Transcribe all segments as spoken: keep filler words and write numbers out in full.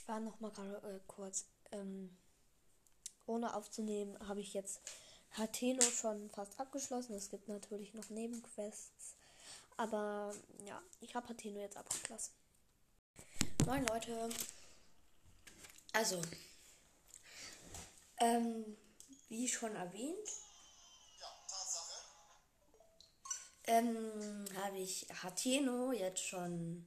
Ich war noch mal gerade äh, kurz, ähm, ohne aufzunehmen, habe ich jetzt Hateno schon fast abgeschlossen. Es gibt natürlich noch Nebenquests, aber ja, ich habe Hateno jetzt abgeschlossen. Moin Leute, also, ähm, wie schon erwähnt, ähm, habe ich Hateno jetzt schon,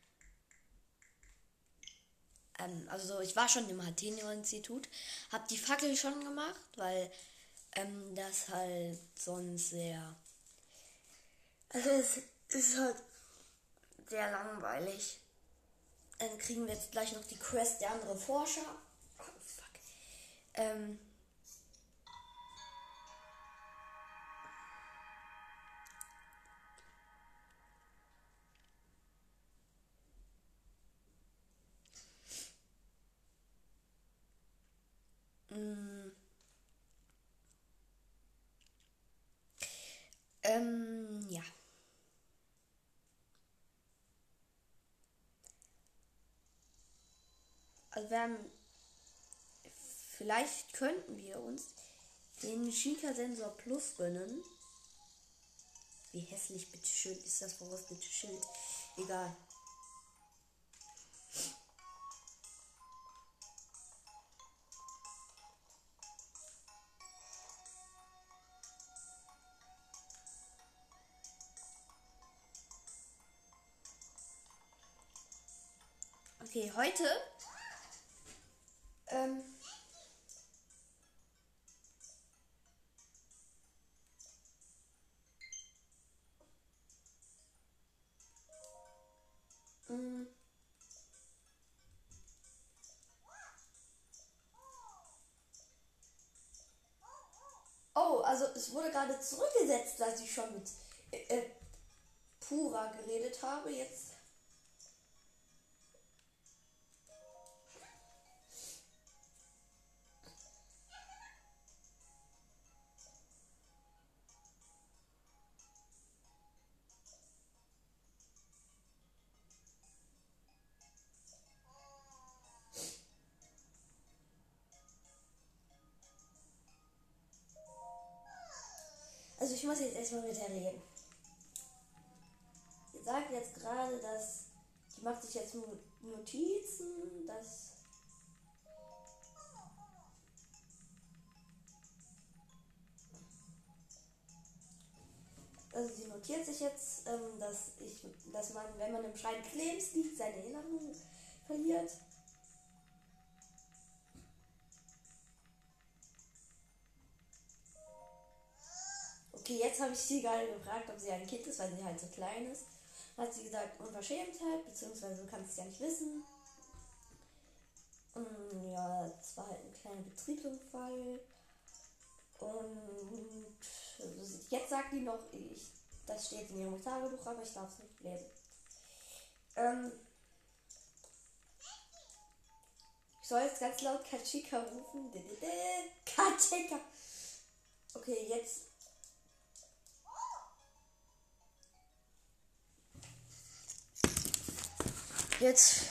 ähm, also ich war schon im Hateno-Institut, habe die Fackel schon gemacht, weil ähm, das halt sonst sehr, also es ist halt sehr langweilig. Dann kriegen wir jetzt gleich noch die Quest der andere Forscher. Oh, fuck. Ähm, mh, ähm, ja. Also wir haben, vielleicht könnten wir uns den Shika-Sensor Plus gönnen. Wie hässlich, bitteschön, ist das verrostete Schild. Egal. Okay, heute ähm, mh, oh, also es wurde gerade zurückgesetzt, als ich schon mit äh, äh, Pura geredet habe. Jetzt. Also ich muss jetzt erstmal mit der reden. Sie sagt jetzt gerade, dass die macht sich jetzt nur Notizen, dass also sie notiert sich jetzt, ähm, dass ich, dass man, wenn man im Schein Krebs liegt, seine Erinnerung verliert. Okay, jetzt habe ich sie gerade gefragt, ob sie ein Kind ist, weil sie halt so klein ist. Hat sie gesagt, Unverschämtheit, beziehungsweise du kannst es ja nicht wissen. Und ja, es war halt ein kleiner Betriebsunfall. Und jetzt sagt die noch, ich, das steht in ihrem Tagebuch, aber ich darf es nicht lesen. Ähm, ich soll jetzt ganz laut Kachika rufen. Kachika! Okay, jetzt. Jetzt.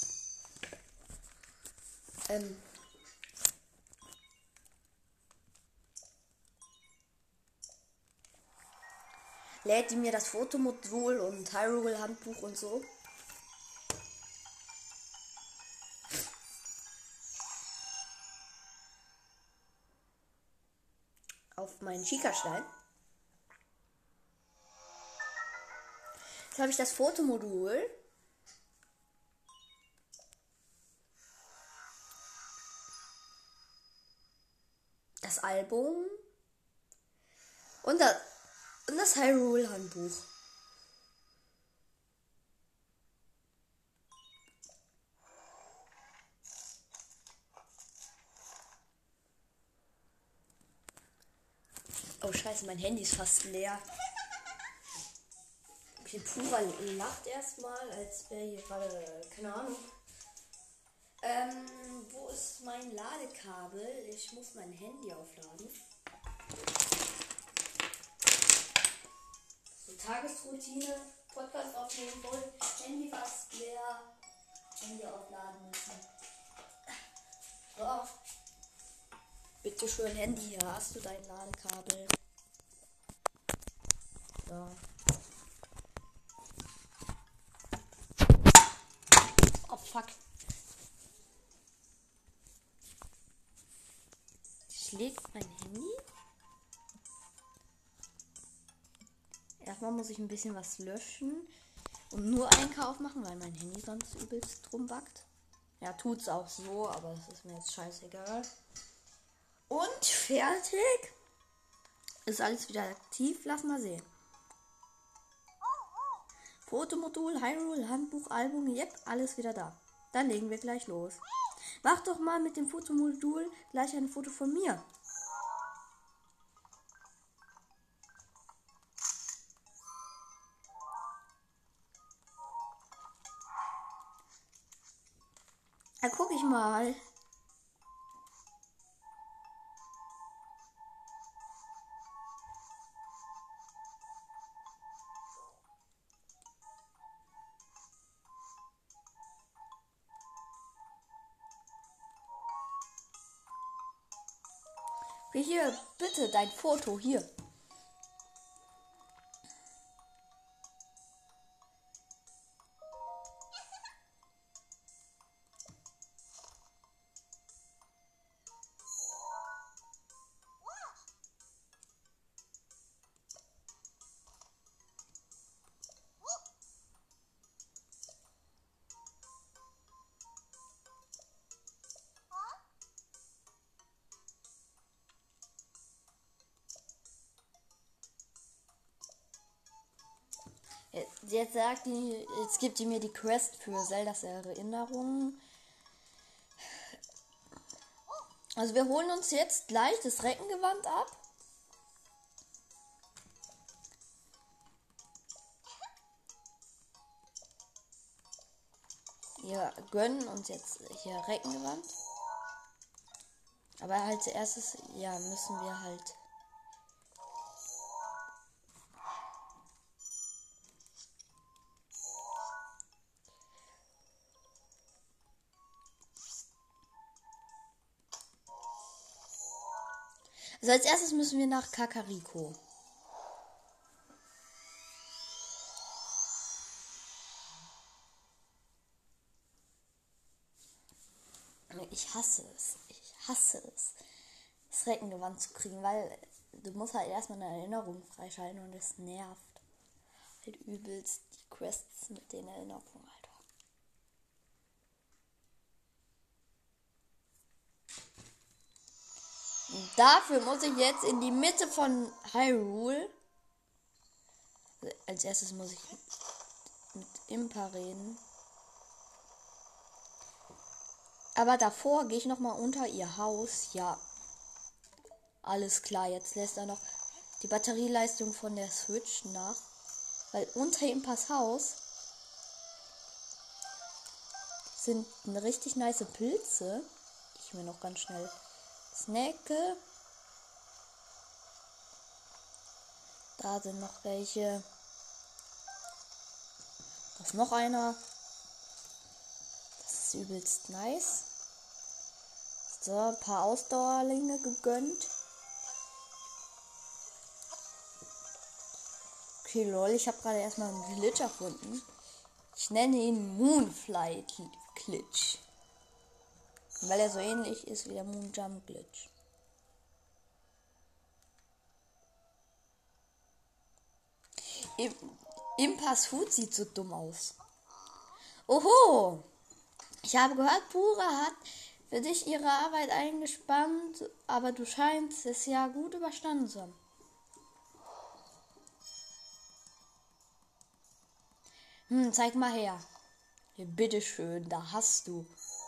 Ähm. Lädt die mir das Fotomodul und Hyrule Handbuch und so. Auf meinen Schikastein. Jetzt habe ich das Fotomodul. Das Album. Und das, und das Hyrule Handbuch. Oh scheiße, mein Handy ist fast leer. Okay, Pura lacht erstmal, als wäre hier gerade, keine Ahnung. Ähm, wo ist mein Ladekabel? Ich muss mein Handy aufladen. So, Tagesroutine, Podcast aufnehmen wollen, Handy fast leer, Handy aufladen müssen. So. Bitte schön, Handy, hier hast du dein Ladekabel. So. Oh fuck. Schlägt mein Handy? Erstmal muss ich ein bisschen was löschen und nur Einkauf machen, weil mein Handy sonst übelst rumbackt. Ja, tut's auch so, aber das ist mir jetzt scheißegal. Und fertig. Ist alles wieder aktiv. Lass mal sehen. Fotomodul, Hyrule, Handbuch, Album, yep, alles wieder da. Dann legen wir gleich los. Mach doch mal mit dem Fotomodul gleich ein Foto von mir. Da guck ich mal. Hier, bitte, dein Foto, hier. Jetzt sagt die, jetzt gibt die mir die Quest für Zeldas Erinnerungen. Also wir holen uns jetzt gleich das Reckengewand ab. Wir gönnen uns jetzt hier Reckengewand. Aber als erstes, ja, müssen wir halt... Also als erstes müssen wir nach Kakariko. Ich hasse es. Ich hasse es, das Reckengewand zu kriegen, weil du musst halt erstmal eine Erinnerung freischalten und es nervt halt übelst die Quests mit den Erinnerungen, Alter. Und dafür muss ich jetzt in die Mitte von Hyrule. Als erstes muss ich mit Impa reden. Aber davor gehe ich nochmal unter ihr Haus. Ja. Alles klar, jetzt lässt er noch die Batterieleistung von der Switch nach. Weil unter Impas Haus sind richtig nice Pilze. Ich mir noch ganz schnell snacke. Da sind noch welche. Da ist noch einer. Das ist übelst nice. So, ein paar Ausdauerlinge gegönnt. Okay, lol, ich habe gerade erstmal einen Glitch erfunden. Ich nenne ihn Moonflight Glitch. Weil er so ähnlich ist wie der Moonjump Glitch. Im, Impas Hut sieht so dumm aus. Oho! Ich habe gehört, Pura hat für dich ihre Arbeit eingespannt, aber du scheinst es ja gut überstanden zu haben. Hm, zeig mal her. Hier, bitteschön, da hast du.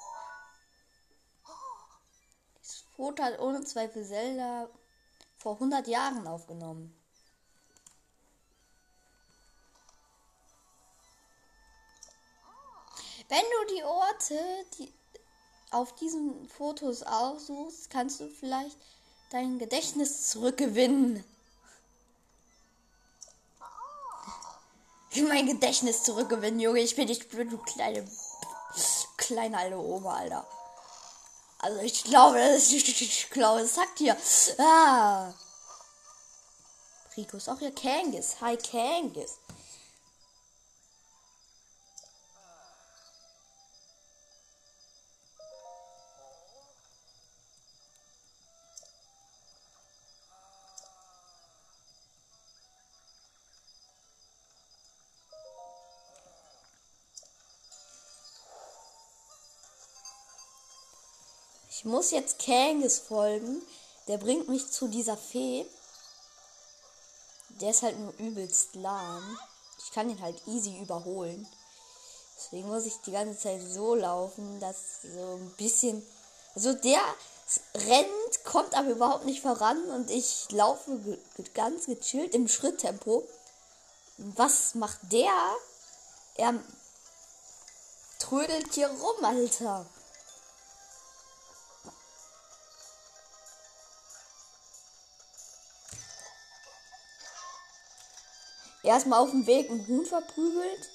Das Foto hat ohne Zweifel Zelda vor hundert Jahren aufgenommen. Wenn du die Orte, die auf diesen Fotos aussuchst, kannst du vielleicht dein Gedächtnis zurückgewinnen. Mein Gedächtnis zurückgewinnen, Junge. Ich bin nicht blöd, du kleine, kleine alte Oma, Alter. Also ich glaube, das ist ich glaube, es sagt hier. Ah. Rico ist auch hier. Kangis. Hi Kangis. Ich muss jetzt Kangis folgen. Der bringt mich zu dieser Fee. Der ist halt nur übelst lahm. Ich kann ihn halt easy überholen. Deswegen muss ich die ganze Zeit so laufen, dass so ein bisschen... Also der rennt, kommt aber überhaupt nicht voran und ich laufe ge ganz gechillt im Schritttempo. Was macht der? Er trödelt hier rum, Alter. Erstmal auf dem Weg ein Huhn verprügelt.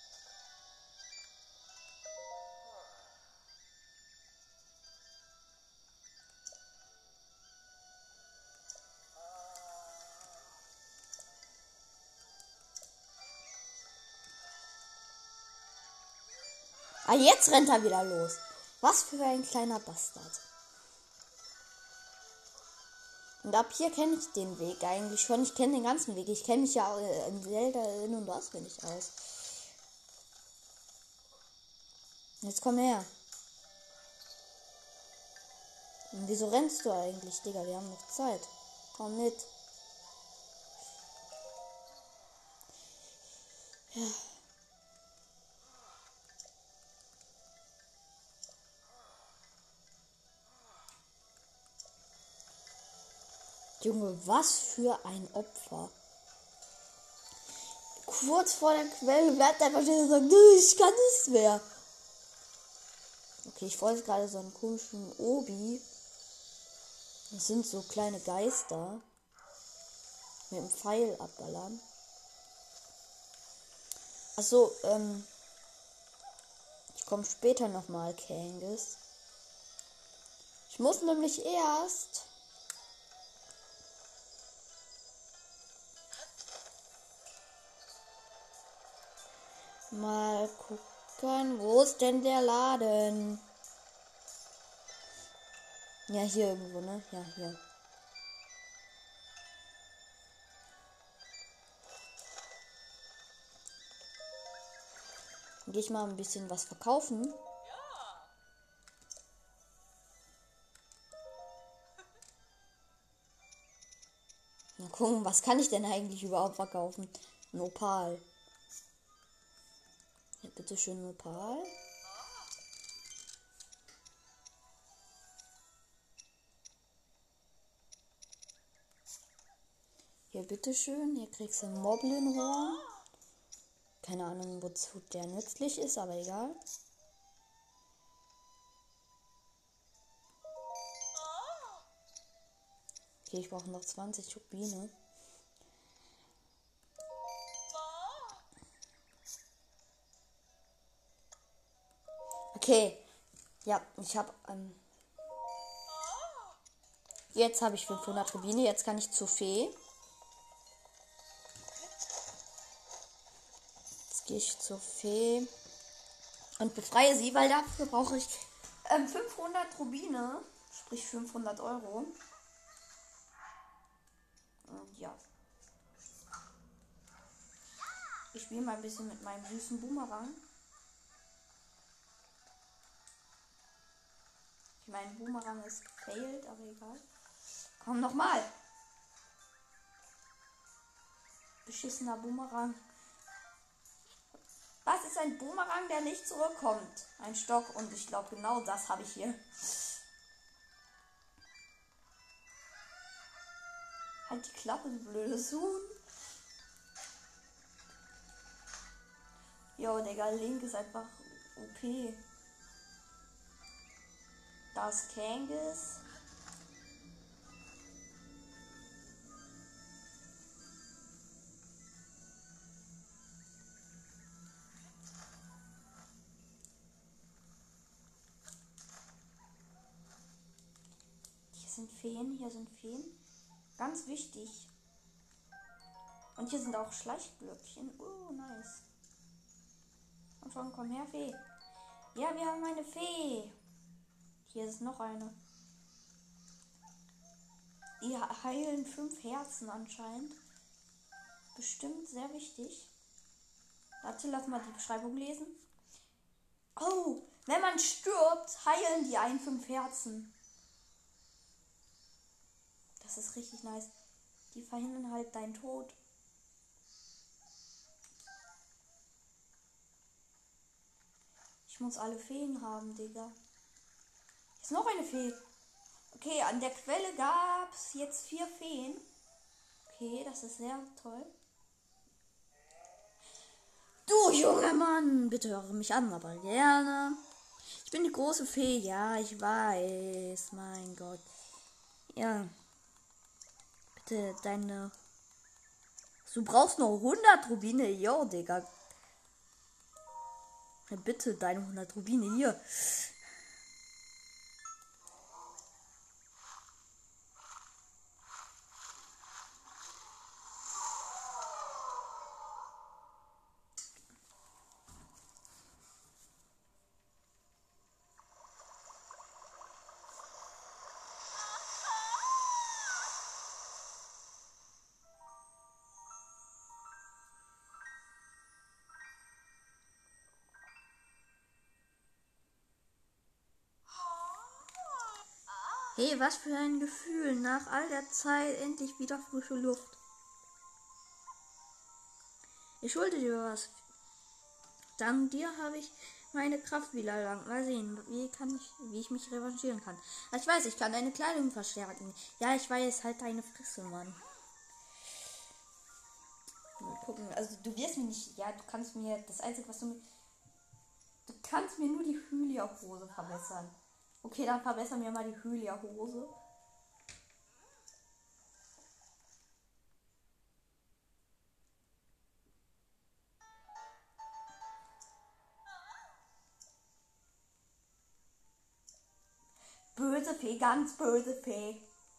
Ah, jetzt rennt er wieder los. Was für ein kleiner Bastard. Und ab hier kenne ich den Weg eigentlich schon. Ich kenne den ganzen Weg. Ich kenne mich ja in Zelda in- und auswendig aus. Jetzt komm her. Und wieso rennst du eigentlich, Digga? Wir haben noch Zeit. Komm mit. Ja. Junge, was für ein Opfer. Kurz vor der Quelle bleibt einfach stehen und sagt, "Nö, ich kann nicht mehr." Okay, ich wollte gerade so einen komischen Obi. Das sind so kleine Geister. Mit dem Pfeil abballern. Achso, ähm. Ich komme später nochmal, Kangis. Ich muss nämlich erst. Mal gucken, wo ist denn der Laden? Ja, hier irgendwo, ne? Ja, hier. Gehe ich mal ein bisschen was verkaufen. Mal gucken, was kann ich denn eigentlich überhaupt verkaufen? Ein Opal. Ja, bitte schön ein Opal. Hier, bitteschön. Hier kriegst du ein Moblin-Horn. Keine Ahnung, wozu der nützlich ist, aber egal. Okay, ich brauche noch zwanzig Rubine. Okay. Ja, ich habe... Ähm, jetzt habe ich fünfhundert Rubine. Jetzt kann ich zur Fee. Gehe ich zur Fee und befreie sie, weil dafür brauche ich ähm, fünfhundert Rubine, sprich fünfhundert Euro. Und ja. Ich spiele mal ein bisschen mit meinem süßen Boomerang. Mein Boomerang ist failed, aber egal. Komm nochmal. Beschissener Boomerang. Was ist ein Boomerang, der nicht zurückkommt? Ein Stock und ich glaube genau das habe ich hier. Halt die Klappe, du blödes Huhn. Jo, Digga, Link ist einfach O P. Da ist Kangis. Das sind Feen, hier sind Feen. Ganz wichtig. Und hier sind auch Schleichblöckchen. Oh, nice. Und schon, komm her, Fee. Ja, wir haben eine Fee. Hier ist noch eine. Die heilen fünf Herzen anscheinend. Bestimmt sehr wichtig. Warte, lass mal die Beschreibung lesen. Oh, wenn man stirbt, heilen die einen fünf Herzen. Das ist richtig nice. Die verhindern halt deinen Tod. Ich muss alle Feen haben, Digga. Hier ist noch eine Fee. Okay, an der Quelle gab es jetzt vier Feen. Okay, das ist sehr toll. Du, junger Mann, bitte höre mich an, aber gerne. Ich bin die große Fee, ja, ich weiß. Mein Gott. Ja. Bitte, deine... Du brauchst noch hundert Rubine. Jo, Digga. Ja, bitte, deine hundert Rubine hier. Hey, was für ein Gefühl. Nach all der Zeit endlich wieder frische Luft. Ich schulde dir was. Dank dir habe ich meine Kraft wieder erlangt. Mal sehen, wie, kann ich, wie ich mich revanchieren kann. Also ich weiß, ich kann deine Kleidung verstärken. Ja, ich weiß, halt deine Fresse, Mann. Mal gucken. Also du wirst mir nicht... Ja, du kannst mir... Das Einzige, was du mir... Du kannst mir nur die Hylia-Hose verbessern. Okay, dann verbessern wir mal die Hylia-Hose. Böse Fee, ganz böse Fee.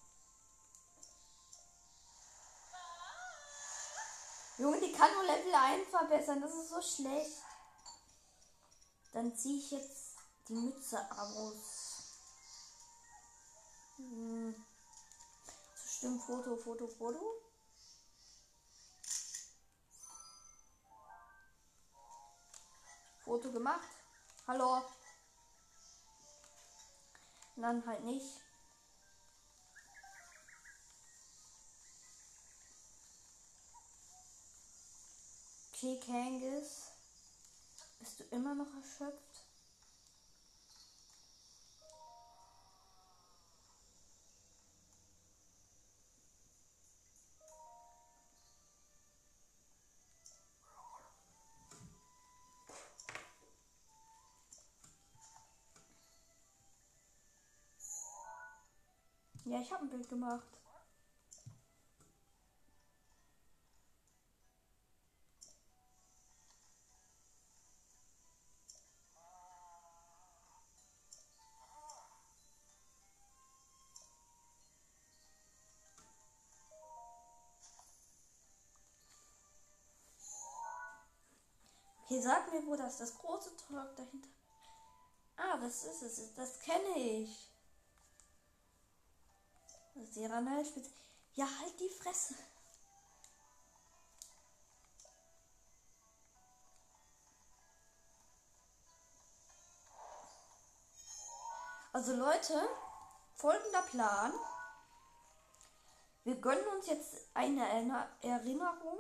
Junge, die kann nur Level eins verbessern. Das ist so schlecht. Dann ziehe ich jetzt die Mütze aus. Hm. So stimmt, Foto, Foto, Foto. Foto gemacht. Hallo. Dann halt nicht. Okay, Kangas. Bist du immer noch erschöpft? Ja, ich habe ein Bild gemacht. Okay, sag mir, wo das das große Talk dahinter. Ah, das ist es. Das kenne ich. Das ist die Ranalspitze. Ja, halt die Fresse. Also Leute, folgender Plan. Wir gönnen uns jetzt eine Erinnerung.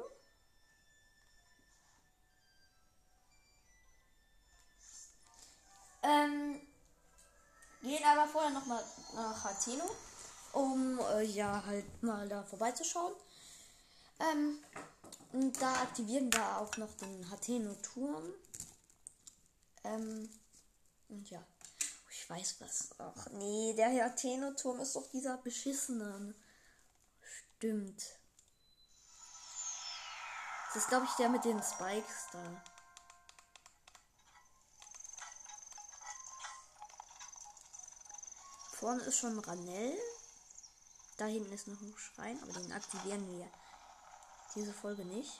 Ähm, gehen aber vorher nochmal nach Hateno, um äh, ja halt mal da vorbeizuschauen. Ähm, und da aktivieren wir auch noch den Hateno-Turm. Ähm, und ja. Ich weiß was. Ach nee, der Hateno-Turm ist doch dieser beschissene. Stimmt. Das ist, glaube ich, der mit den Spikes da. Vorne ist schon Ranell. Da hinten ist noch ein Schrein, aber den aktivieren wir diese Folge nicht.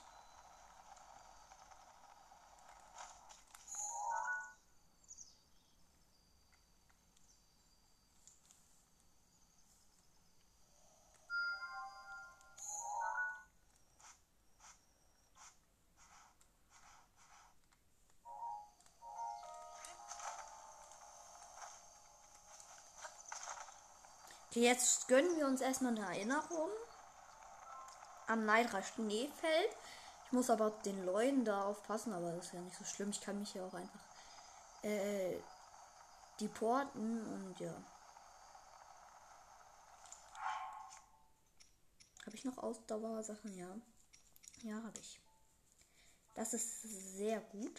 Okay, jetzt gönnen wir uns erstmal eine Erinnerung am Neidra Schneefeld. Ich muss aber den Leuten da aufpassen, aber das ist ja nicht so schlimm. Ich kann mich ja auch einfach äh, deporten und ja. Habe ich noch Ausdauersachen? Ja. Ja, habe ich. Das ist sehr gut.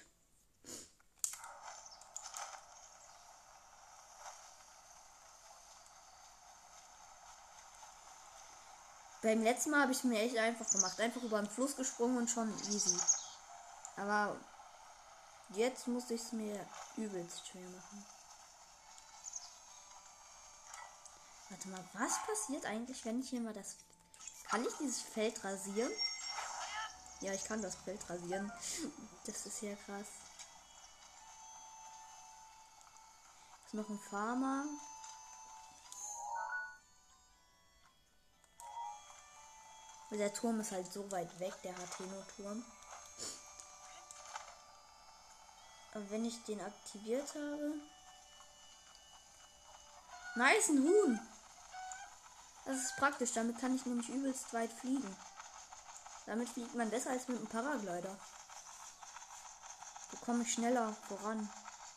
Beim letzten Mal habe ich es mir echt einfach gemacht. Einfach über den Fluss gesprungen und schon easy. Aber jetzt muss ich es mir übelst schwer machen. Warte mal, was passiert eigentlich, wenn ich hier mal das... Kann ich dieses Feld rasieren? Ja, ich kann das Feld rasieren. Das ist ja krass. Ist noch ein Farmer. Der Turm ist halt so weit weg, der Hateno-Turm. Aber wenn ich den aktiviert habe... Nice, ein Huhn! Das ist praktisch, damit kann ich nämlich übelst weit fliegen. Damit fliegt man besser als mit einem Paraglider. Da komme ich schneller voran.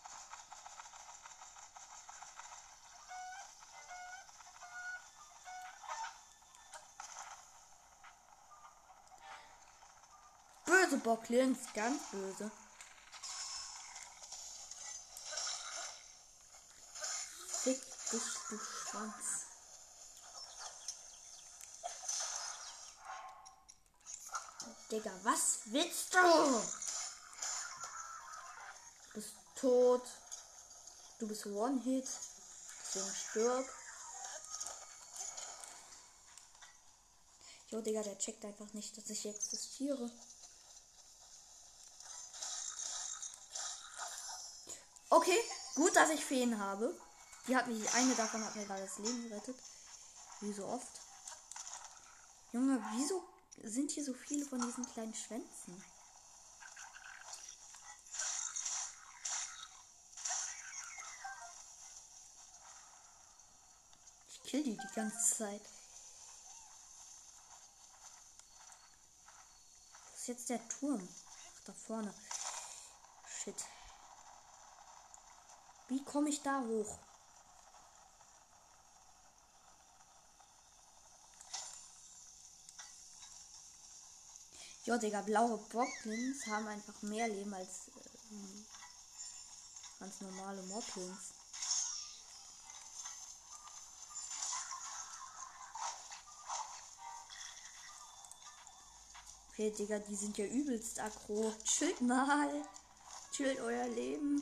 Böse Bocklins, ganz böse. Fick dich, du Schwanz. Digga, was willst du? Du bist tot. Du bist One-Hit. Deswegen stirb. Jo, Digga, der checkt einfach nicht, dass ich existiere. Okay, gut, dass ich Feen habe. Die hat mich, eine davon hat mir gerade das Leben gerettet. Wie so oft. Junge, wieso sind hier so viele von diesen kleinen Schwänzen? Ich kill die die ganze Zeit. Was ist jetzt der Turm? Ach, da vorne. Shit. Wie komme ich da hoch? Jo, Digga, blaue Bockblins haben einfach mehr Leben als äh, ganz normale Moblins. Okay, Digga, die sind ja übelst aggro. Chillt mal. Chillt euer Leben.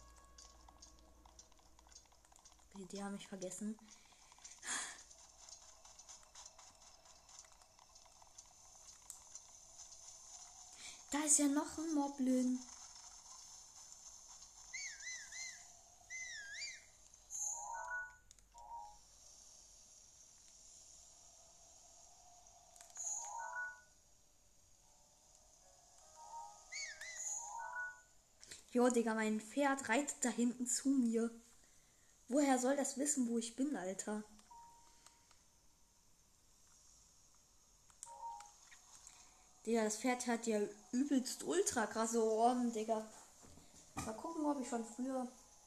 Okay, die haben mich vergessen. Da ist ja noch ein Moblin. Jo, Digga, mein Pferd reitet da hinten zu mir. Woher soll das wissen, wo ich bin, Alter? Digga, das Pferd hat ja übelst ultra krasse Ohren, Digga. Mal gucken, ob ich schon früher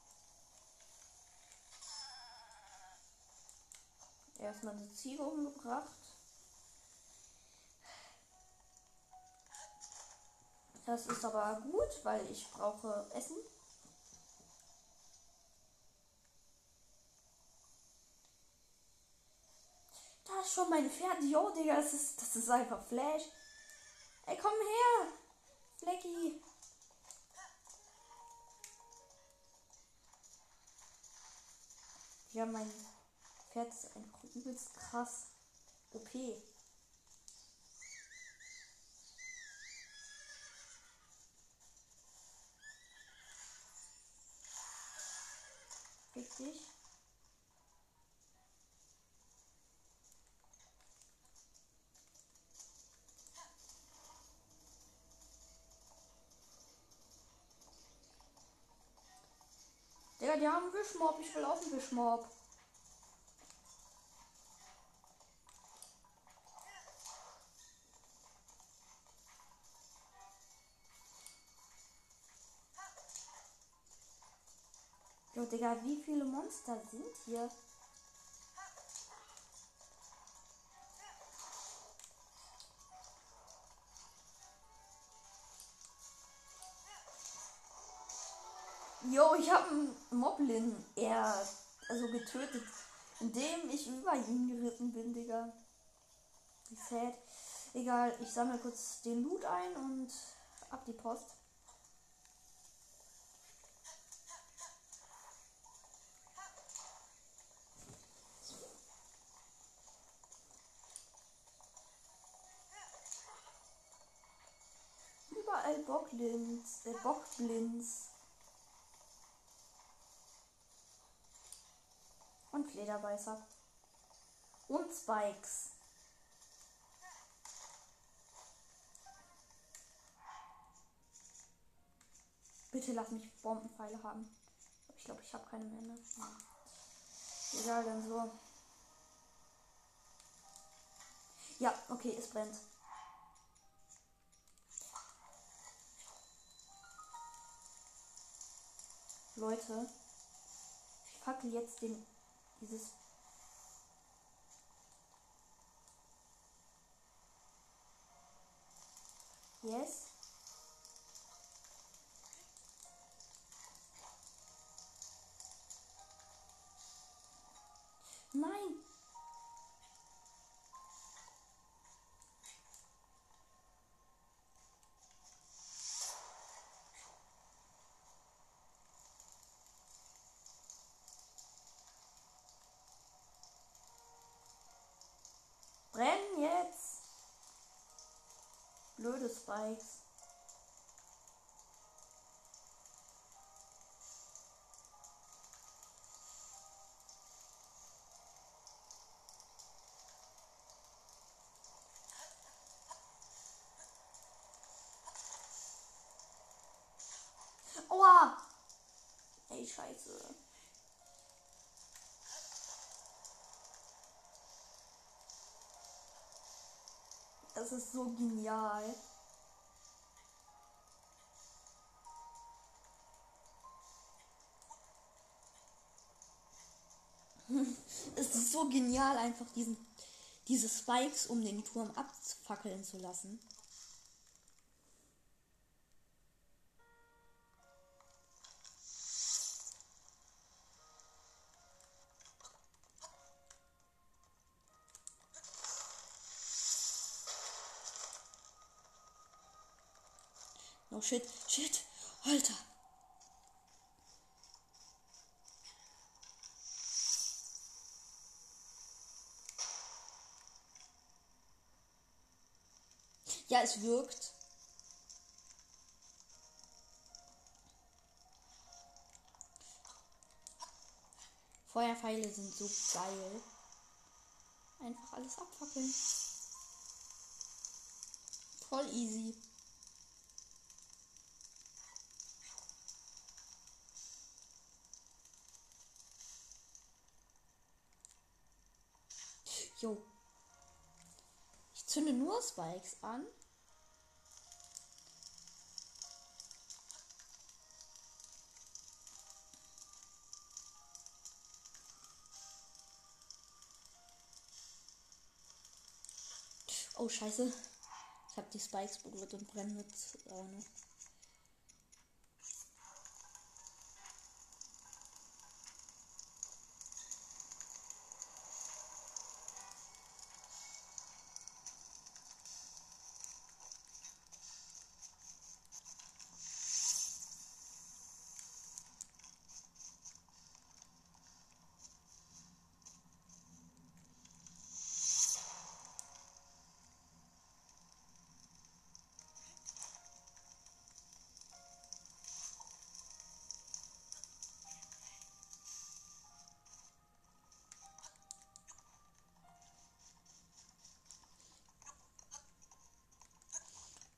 erstmal eine Ziege umgebracht. Das ist aber gut, weil ich brauche Essen. Da ist schon mein Pferd. Jo, Digga, das ist, das ist einfach Flash. Ey, komm her! Flecky! Ja, mein Pferd ist einfach übelst krass. Okay. Richtig. Digga, die haben einen Wischmob. Ich will auch einen Wischmob. Jo, Digga, wie viele Monster sind hier? Jo, ich habe einen Moblin eher also getötet, indem ich über ihn geritten bin, Digga. Wie sad. Egal, ich sammle kurz den Loot ein und ab die Post. Überall Bocklins, äh, Bockblins. Und Flederbeißer. Und Spikes. Bitte lass mich Bombenpfeile haben. Ich glaube, ich habe keine mehr. Ne? Ja. Egal, dann so. Ja, okay, es brennt. Leute, ich fackel jetzt den dieses Yes. Nein. Brenn jetzt. Blöde Spikes. Aua. Ey, scheiße. Das ist so genial. Es ist so genial, einfach diesen, diese Spikes um den Turm abfackeln zu lassen. Oh shit, shit, Alter. Ja, es wirkt. Feuerpfeile sind so geil. Einfach alles abfackeln. Voll easy. Jo. Ich zünde nur Spikes an. Oh, scheiße. Ich habe die Spikes berührt und brennen jetzt auch noch.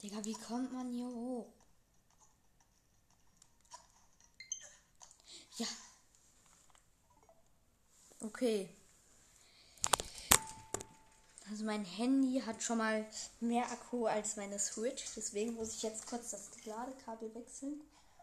Digga, wie kommt man hier hoch? Ja. Okay. Also mein Handy hat schon mal mehr Akku als meine Switch. Deswegen muss ich jetzt kurz das Ladekabel wechseln.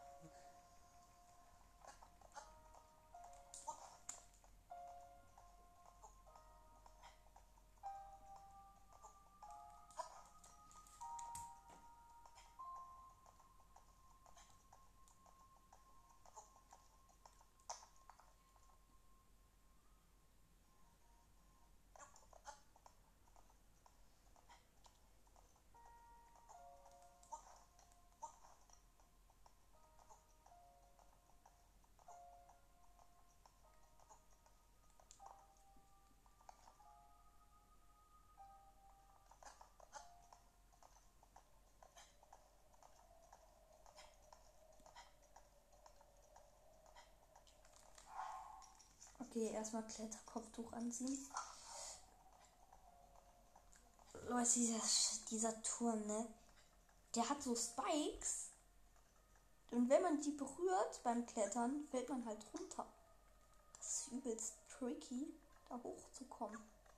Okay, erstmal Kletterkopftuch anziehen. Leute, dieser, dieser Turm, ne? Der hat so Spikes. Und wenn man die berührt beim Klettern, fällt man halt runter. Das ist übelst tricky, da hochzukommen.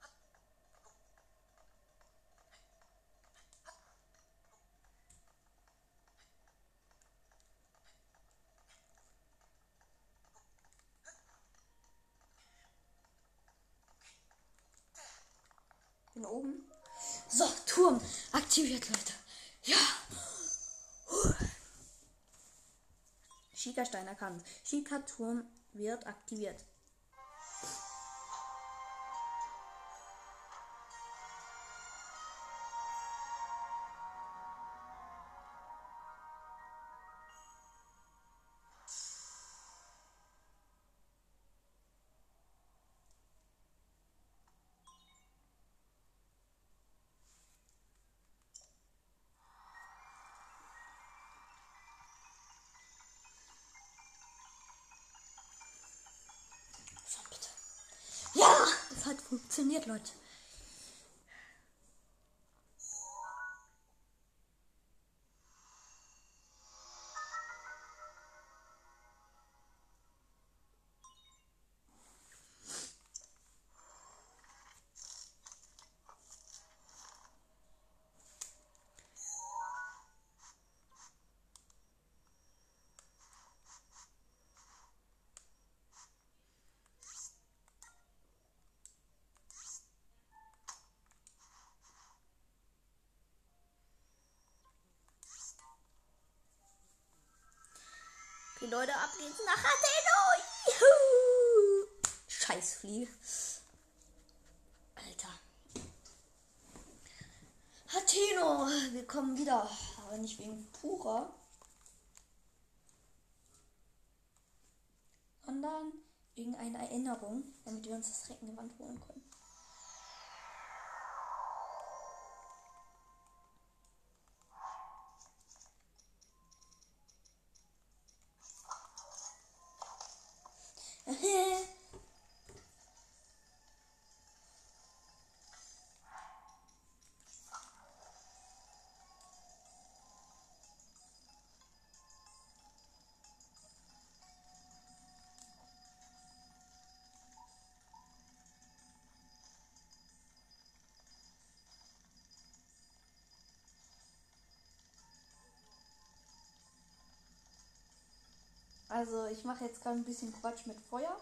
Bin oben. So, Turm aktiviert, Leute. Ja. Schikastein erkannt. Schika-Turm wird aktiviert. So, bitte. Ja, es hat funktioniert, Leute. Okay, Leute, ab geht's nach Atheno. Juhu. Scheiß Fliege. Alter. Atheno, wir kommen wieder. Aber nicht wegen Pura, sondern wegen einer Erinnerung, damit wir uns das Reckengewand holen können. Also ich mache jetzt gerade ein bisschen Quatsch mit Feuer.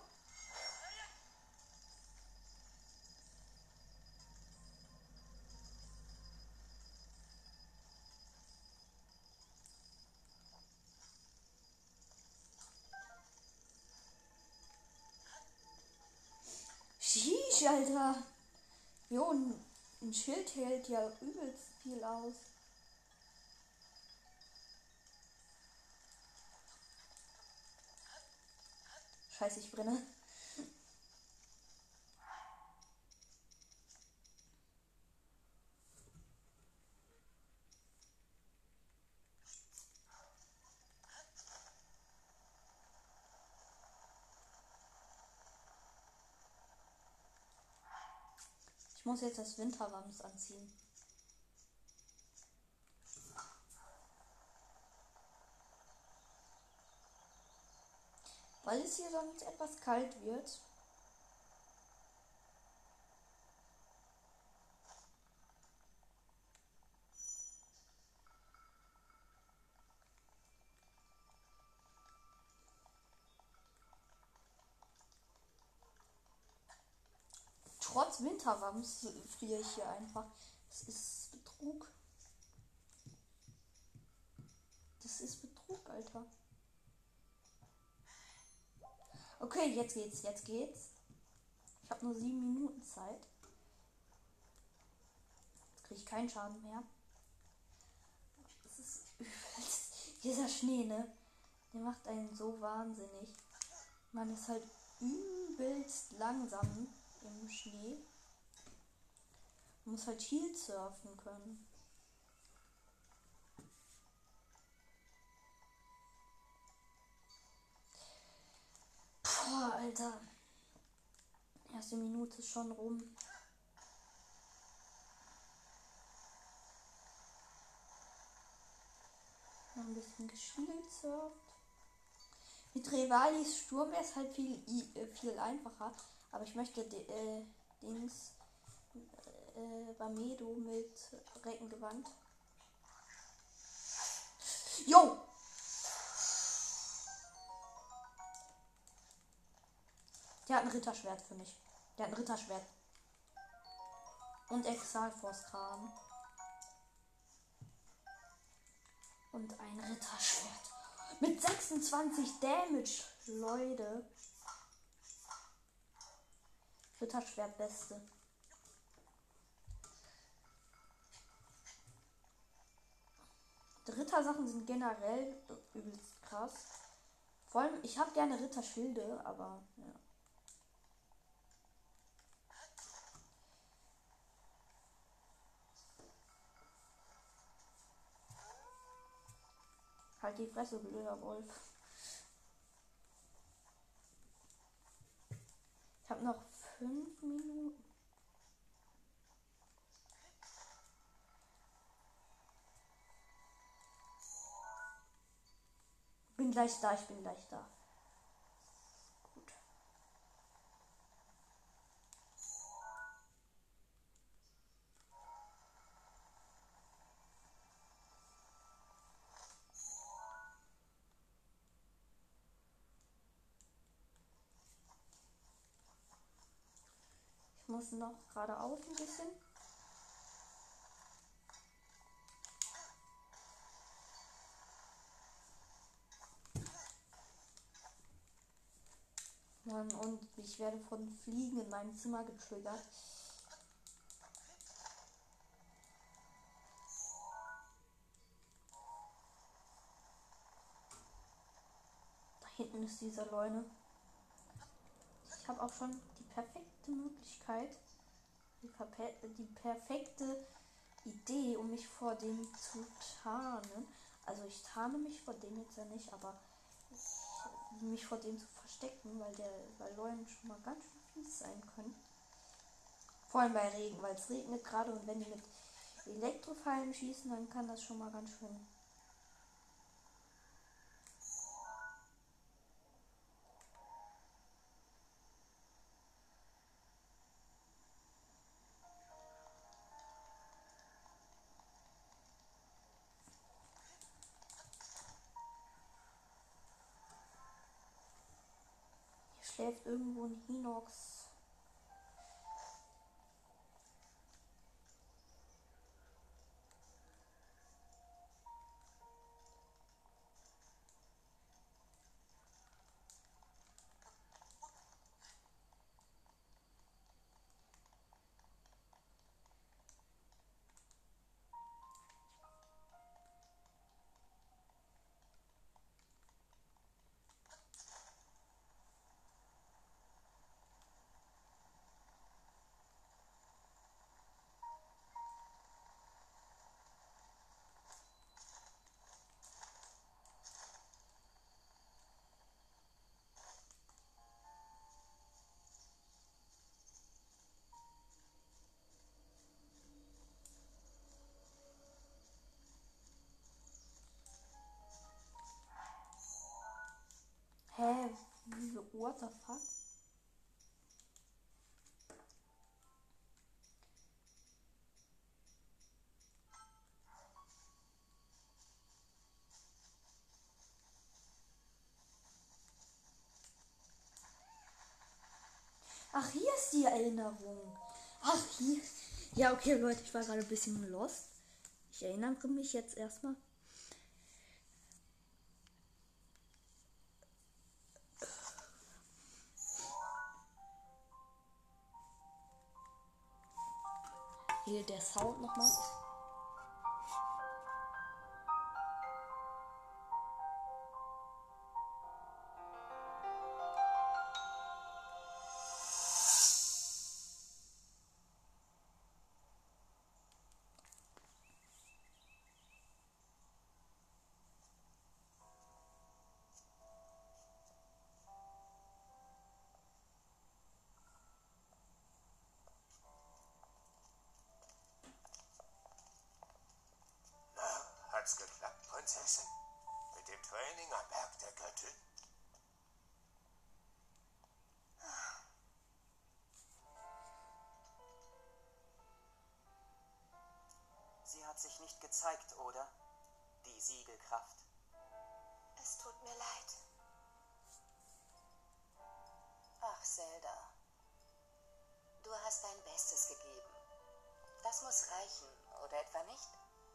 Sheesh, Alter. Jo, ein, ein Schild hält ja übelst viel aus. Scheiße, ich brenne. Ich muss jetzt das Winterwams anziehen. weil es hier sonst etwas kalt wird. Trotz Winterwams friere ich hier einfach. Das ist Betrug. Das ist Betrug, Alter. Okay, jetzt geht's, jetzt geht's. Ich habe nur sieben Minuten Zeit. Jetzt kriege ich keinen Schaden mehr. Das ist dieser Schnee, ne? Der macht einen so wahnsinnig. Man ist halt übelst langsam im Schnee. Man muss halt Shield surfen können. Boah, Alter. Erste Minute ist schon rum. Noch ein bisschen gespielt surft. Mit Revalis Sturm wäre es halt viel, äh, viel einfacher. Aber ich möchte de, äh, Dings äh, Bamedo mit Reckengewand. Jo! Der hat ein Ritterschwert für mich. Der hat ein Ritterschwert. Und Exalforce-Kram. Und ein Ritterschwert. Mit sechsundzwanzig Damage, Leute. Ritterschwert beste. Die Rittersachen sind generell übelst krass. Vor allem, ich habe gerne Ritterschilde, aber ja. Halt die Fresse, blöder Wolf. Ich habe noch fünf Minuten. Bin gleich da, ich bin gleich da. Gut. Ich muss noch geradeaus ein bisschen. Mann, und ich werde von Fliegen in meinem Zimmer getriggert. Da hinten ist dieser Leune. Ich habe auch schon die perfekte Möglichkeit, die, perpe die perfekte Idee, um mich vor dem zu tarnen. Also ich tarne mich vor dem jetzt ja nicht, aber ich, mich vor dem zu verstecken, weil der weil Leuten schon mal ganz schön fies sein können. Vor allem bei Regen, weil es regnet gerade und wenn die mit Elektrofallen schießen, dann kann das schon mal ganz schön. Hier schläft irgendwo ein Hinox. what the fuck? Ach, hier ist die Erinnerung. Ach, hier. Ja, okay, Leute, ich war gerade ein bisschen lost. Ich erinnere mich jetzt erstmal. Hier der Sound nochmal. Hat's geklappt, Prinzessin? Mit dem Training am Berg der Göttin? Sie hat sich nicht gezeigt, oder? Die Siegelkraft. Es tut mir leid. Ach, Zelda. Du hast dein Bestes gegeben. Das muss reichen, oder etwa nicht?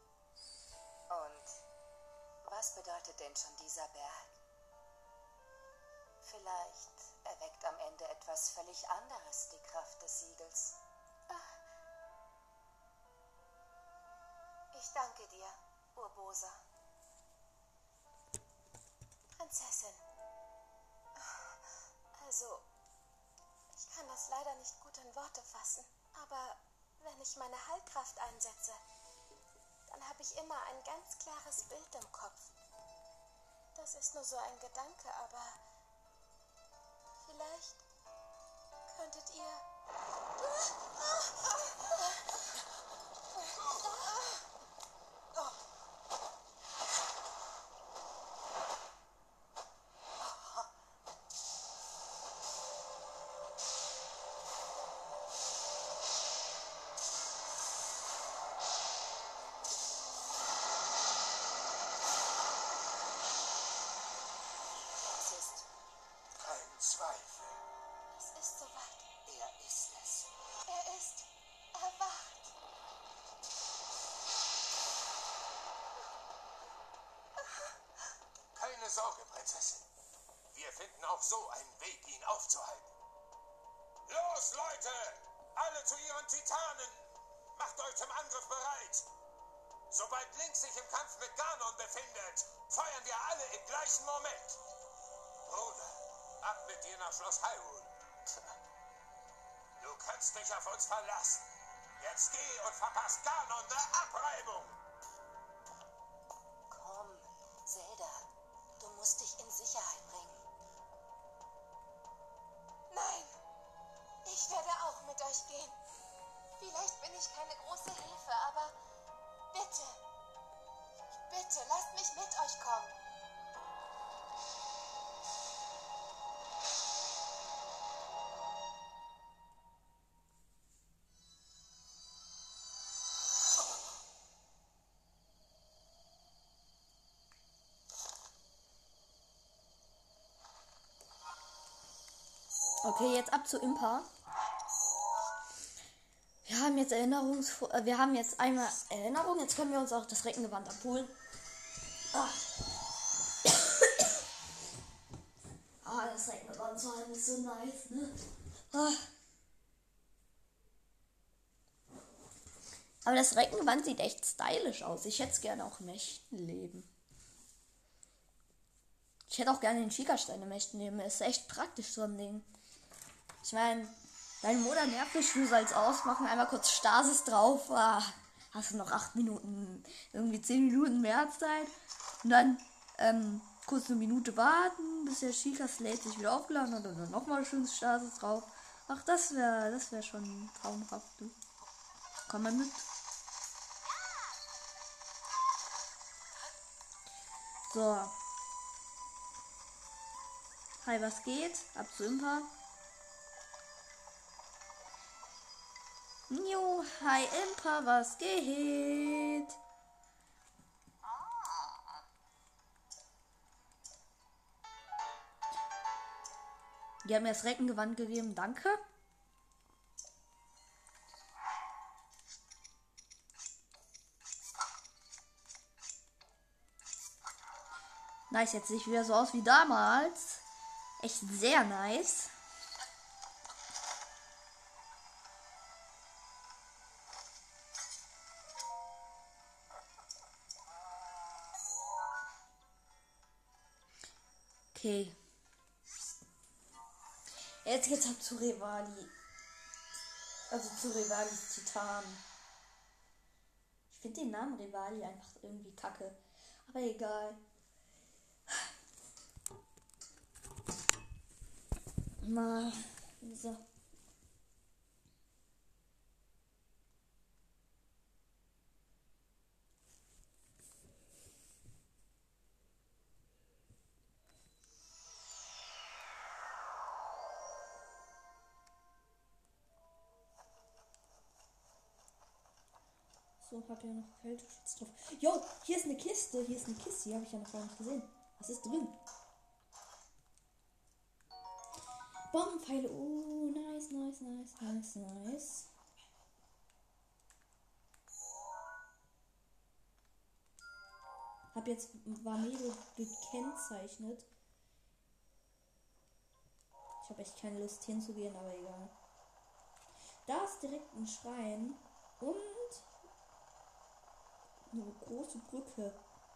Und was bedeutet denn schon dieser Berg? Vielleicht erweckt am Ende etwas völlig anderes die Kraft des Siegels. Ich danke dir, Urbosa. Prinzessin. Also, ich kann das leider nicht gut in Worte fassen, aber wenn ich meine Heilkraft einsetze, dann habe ich immer ein ganz klares Bild im Kopf. Das ist nur so ein Gedanke, aber vielleicht könntet ihr... Zweifel. Es ist soweit. Er ist es. Er ist erwacht. Keine Sorge, Prinzessin. Wir finden auch so einen Weg, ihn aufzuhalten. Los, Leute! Alle zu ihren Titanen! Macht euch zum Angriff bereit! Sobald Link sich im Kampf mit Ganon befindet, feuern wir alle im gleichen Moment. Bruder, ab mit dir nach Schloss Hyrule. Du kannst dich auf uns verlassen. Jetzt geh und verpasst Ganon eine Abreibung. Komm, Zelda, du musst dich in Sicherheit bringen. Nein, ich werde auch mit euch gehen. Vielleicht bin ich keine große Hilfe, aber bitte, bitte lasst mich mit euch kommen. Okay, jetzt ab zu Impa. Wir haben jetzt Erinnerungs... äh, Wir haben jetzt einmal Erinnerung. Jetzt können wir uns auch das Reckengewand abholen. Ah, ah das Reckengewand zu haben ist so nice, ne? Ah. Aber das Reckengewand sieht echt stylisch aus. Ich hätte es gerne auch im echten Leben. Ich hätte auch gerne den Schickerstein im echten Leben. Ist echt praktisch, so ein Ding. Ich meine, deine Mutter nervt dich, du sollst ausmachen, einmal kurz Stasis drauf. Ah, hast du noch acht Minuten, irgendwie zehn Minuten mehr Zeit. Und dann ähm, kurz eine Minute warten, bis der Schickerstein sich wieder aufgeladen hat und dann nochmal schön Stasis drauf. Ach, das wäre das wär schon traumhaft. Du. Komm mal mit. So. Hi, was geht? Ab zu Impa. Jo, hi Impa, was geht? Die haben mir das Reckengewand gegeben, danke. Nice, jetzt sehe ich wieder so aus wie damals. Echt sehr nice. Okay. Jetzt geht's ab zu Revali. Also zu Revalis Titan. Ich finde den Namen Revali einfach irgendwie kacke. Aber egal. Mal. So. So, hat er noch Kälteschutz drauf. Jo, hier ist eine Kiste. Hier ist eine Kiste. Die habe ich ja noch gar nicht gesehen. Was ist drin? Bombenpfeile. Oh, nice, nice, nice, nice, nice. Hab jetzt Varnado gekennzeichnet. Ich habe echt keine Lust hinzugehen, aber egal. Da ist direkt ein Schrein und eine große Brücke.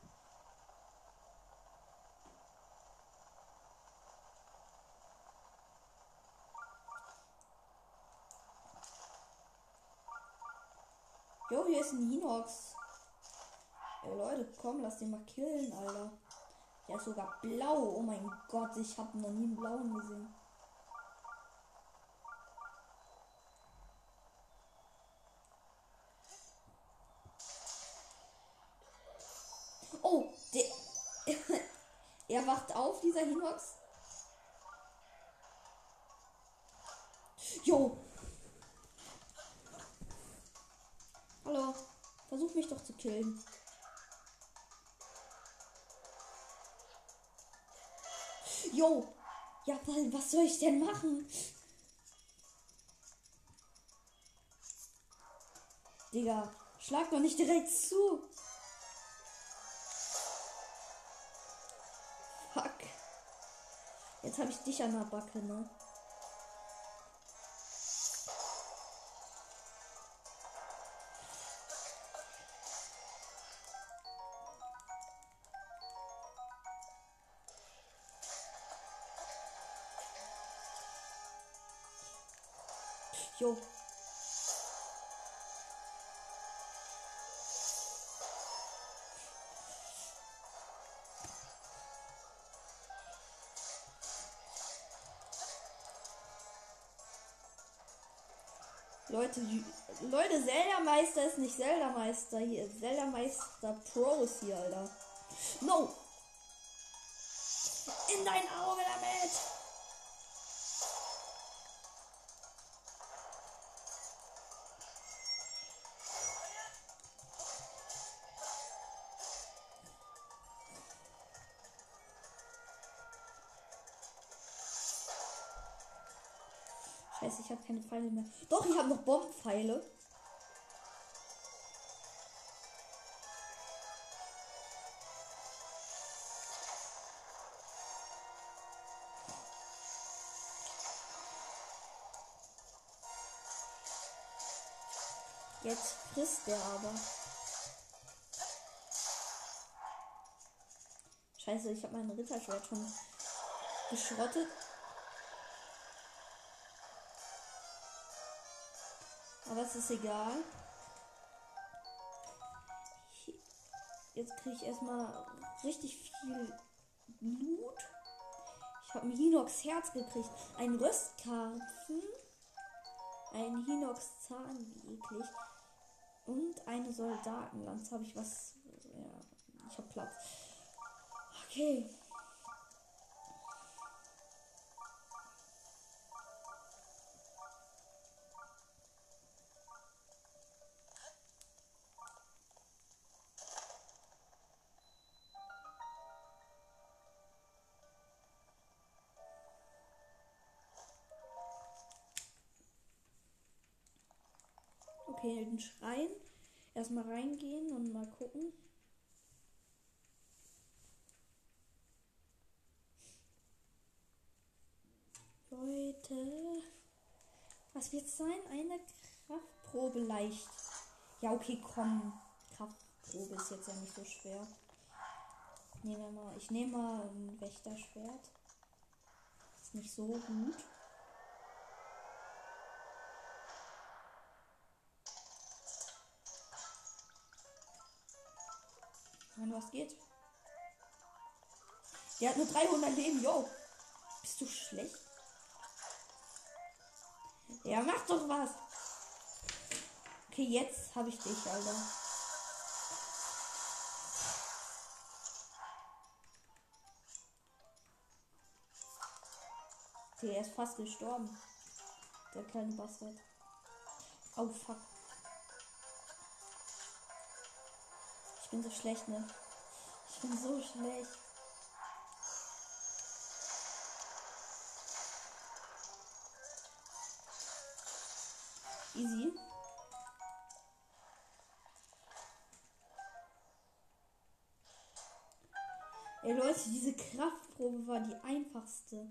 Jo, hier ist ein Hinox. Ey Leute, komm, lass den mal killen, Alter. Der ist sogar blau. Oh mein Gott, ich habe noch nie einen blauen gesehen. Oh, der... er wacht auf, dieser Hinox. Jo. Hallo. Versuch mich doch zu killen. Jo. Ja, was soll ich denn machen? Digga, schlag doch nicht direkt zu. Fuck. Jetzt habe ich dich an der Backe, ne? Jo. Leute, Leute, Zelda-Meister ist nicht Zelda-Meister hier. Zelda-Meister Pro ist hier, Alter. No! In dein Auge damit! Scheiße, ich habe keine Pfeile mehr. Doch, ich habe noch Bombenpfeile. Jetzt frisst der aber. Scheiße, ich habe mein Ritterschwert schon geschrottet. Aber es ist egal. Jetzt kriege ich erstmal richtig viel Blut. Ich habe ein Hinox Herz gekriegt. Ein Röstkarpfen. Ein Hinox Zahn, wie eklig. Und eine Soldatenlanze. Habe ich was. Ja, ich habe Platz. Okay. Okay, den Schrein. Erstmal reingehen und mal gucken. Leute. Was wird es sein? Eine Kraftprobe leicht. Ja, okay, komm. Kraftprobe ist jetzt ja nicht so schwer. Nehmen wir mal. Ich nehme mal ein Wächterschwert. Ist nicht so gut. Mann, was geht? Der hat nur dreihundert Leben, yo. Bist du schlecht? Ja, mach doch was. Okay, jetzt habe ich dich, Alter. Okay, er ist fast gestorben. Der kleine Bastard. Oh, fuck. Ich bin so schlecht, ne? Ich bin so schlecht. Easy. Ey Leute, diese Kraftprobe war die einfachste.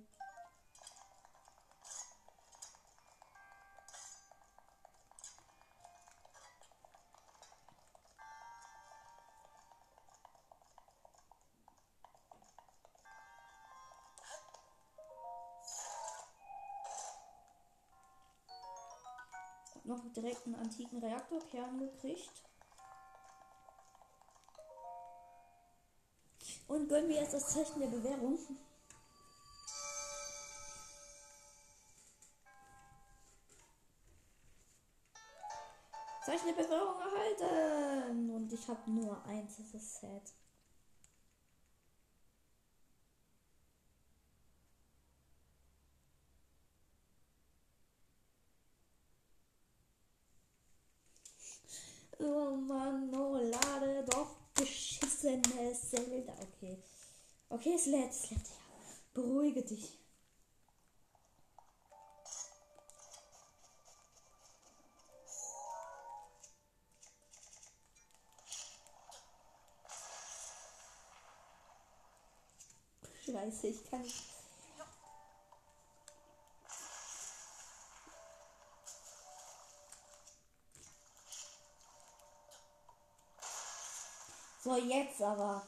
Noch direkt einen antiken Reaktorkern gekriegt. Und gönnen wir jetzt das Zeichen der Bewährung. Zeichen der Bewährung erhalten. Und ich habe nur eins, das ist sad. Oh Mann, oh, lade doch beschissenes Zelda. Okay. Okay, es lädt, es lädt. Ja. Beruhige dich. Scheiße, ich kann nicht. So, jetzt aber.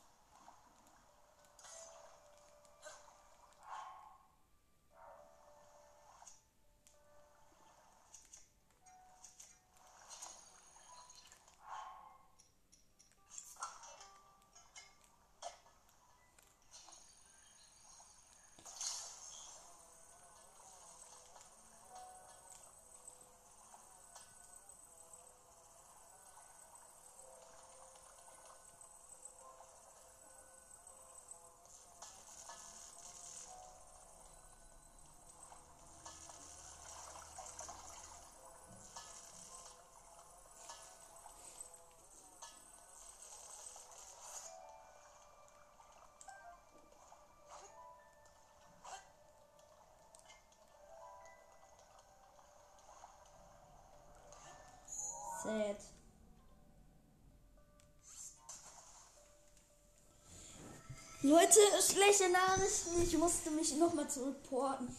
Sad. Leute, schlechte Nachrichten. Ich musste mich nochmal zurückporten.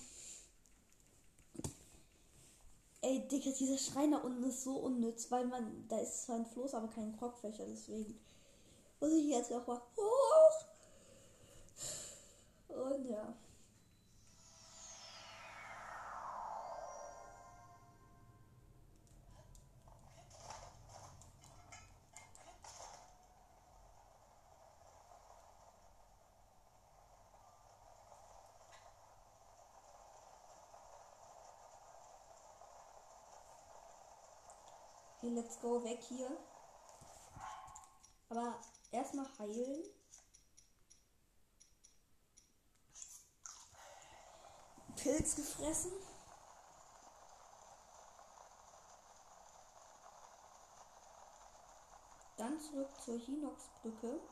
Ey, Digga, dieser Schrein da unten ist so unnütz, weil man, da ist zwar ein Floß, aber kein Krogfächer, deswegen muss ich jetzt noch mal hoch. Und ja. Okay, let's go weg hier. Aber erstmal heilen. Pilz gefressen. Dann zurück zur Hinox-Brücke.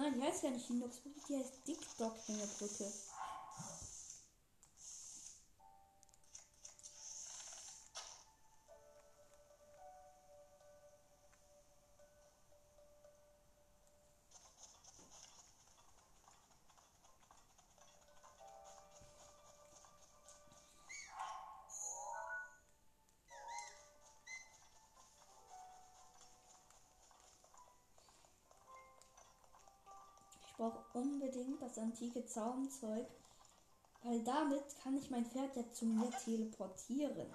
Nein, die heißt ja nicht Hinox-Brücke, die heißt Dick-Dog-Hängebrücke. Ich brauche unbedingt das antike Zaumzeug, weil damit kann ich mein Pferd ja zu mir teleportieren.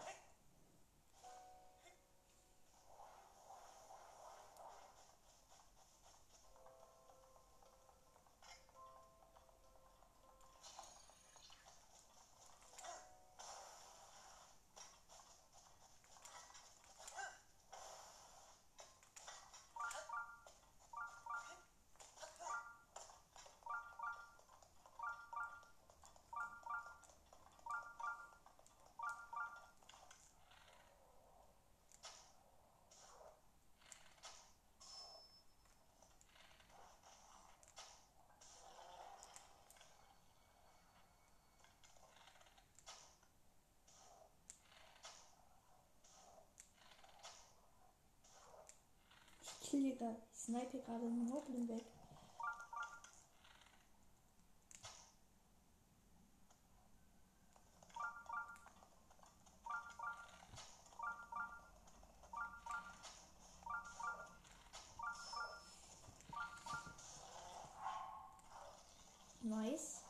Ich kill hier gerade, ich snipe hier gerade einen Moblin weg. Nice.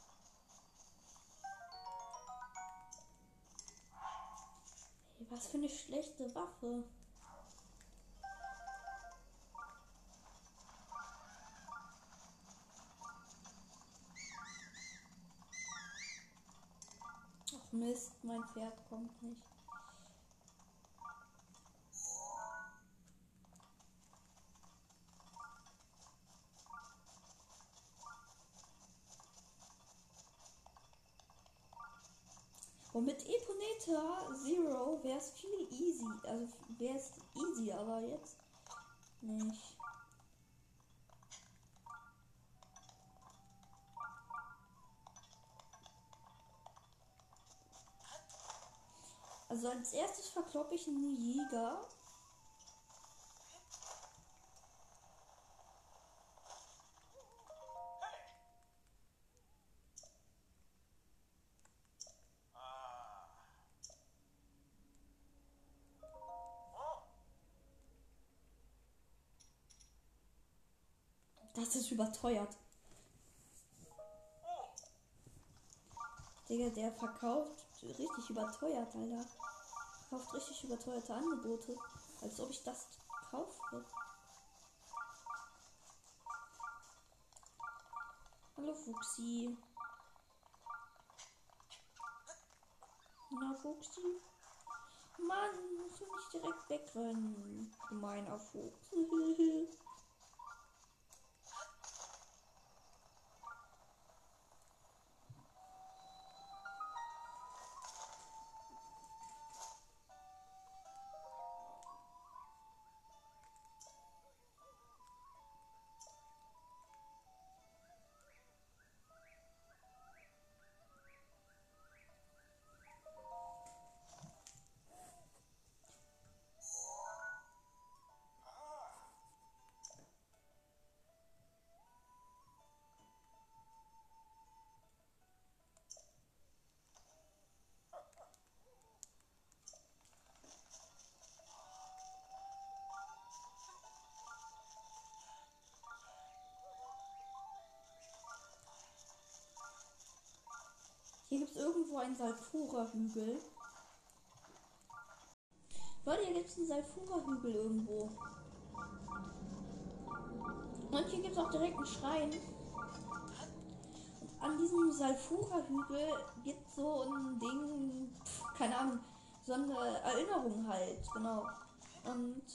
Hey, was für eine schlechte Waffe. Ach Mist, mein Pferd kommt nicht. Und mit Eponeta Zero wäre es viel easy. Also wäre es easy, aber jetzt nicht. Also als erstes verkloppe ich einen Jäger. Das ist überteuert. Digga, der verkauft richtig überteuert, Alter. Verkauft richtig überteuerte Angebote. Als ob ich das kaufe. Hallo Fuchsi. Na Fuchsi? Mann, musst du nicht direkt wegrennen. Gemeiner Fuchs. Hier gibt es irgendwo einen Salfura-Hügel. Leute, hier gibt es einen Salfura-Hügel irgendwo. Und hier gibt es auch direkt einen Schrein. Und an diesem Salfura-Hügel gibt es so ein Ding, pf, keine Ahnung, so eine Erinnerung halt, genau. Und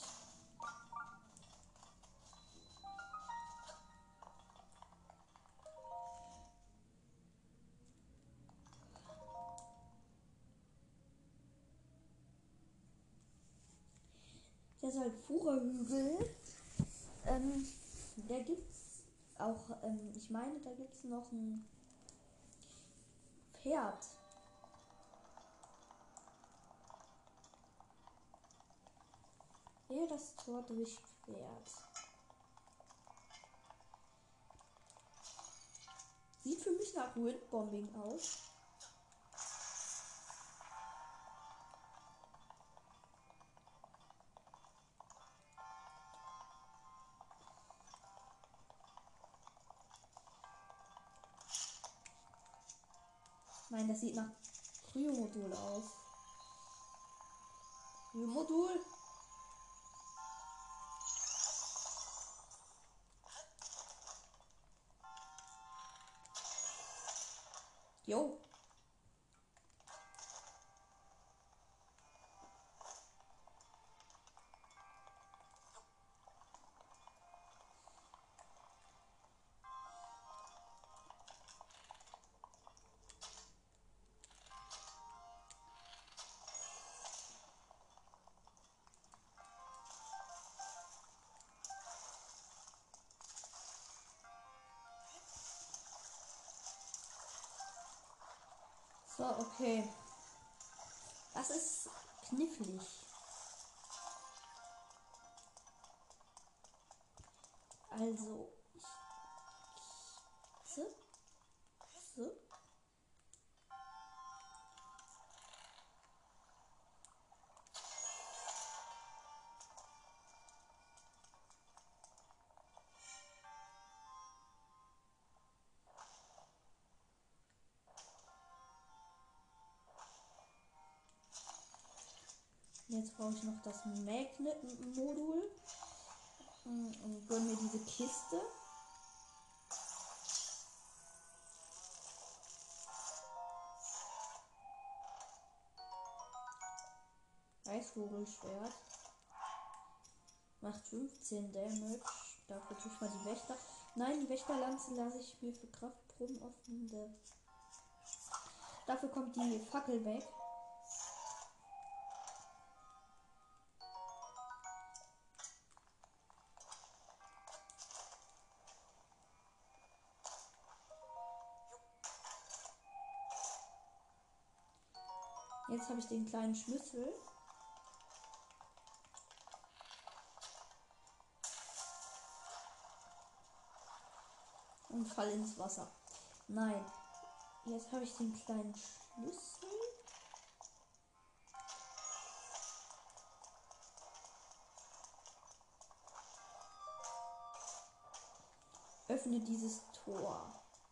der Salfura-Hügel, ähm, der gibt's auch, ähm, ich meine, da gibt es noch ein Pferd. Wer das Tor durchquert. Sieht für mich nach Windbombing aus. Nein, das sieht nach Kryomodul aus. Kryomodul. Jo. So, okay. Das ist knifflig. Also. So. So. Jetzt brauche ich noch das Magnet-Modul und gönne mir diese Kiste. Eisvogelschwert. Macht fünfzehn Damage. Dafür tue ich mal die Wächter. Nein, die Wächterlanze lasse ich mir für Kraftproben offen. Dafür kommt die Fackel weg. Jetzt habe ich den kleinen Schlüssel. Und fall ins Wasser. Nein. Jetzt habe ich den kleinen Schlüssel. Öffne dieses Tor.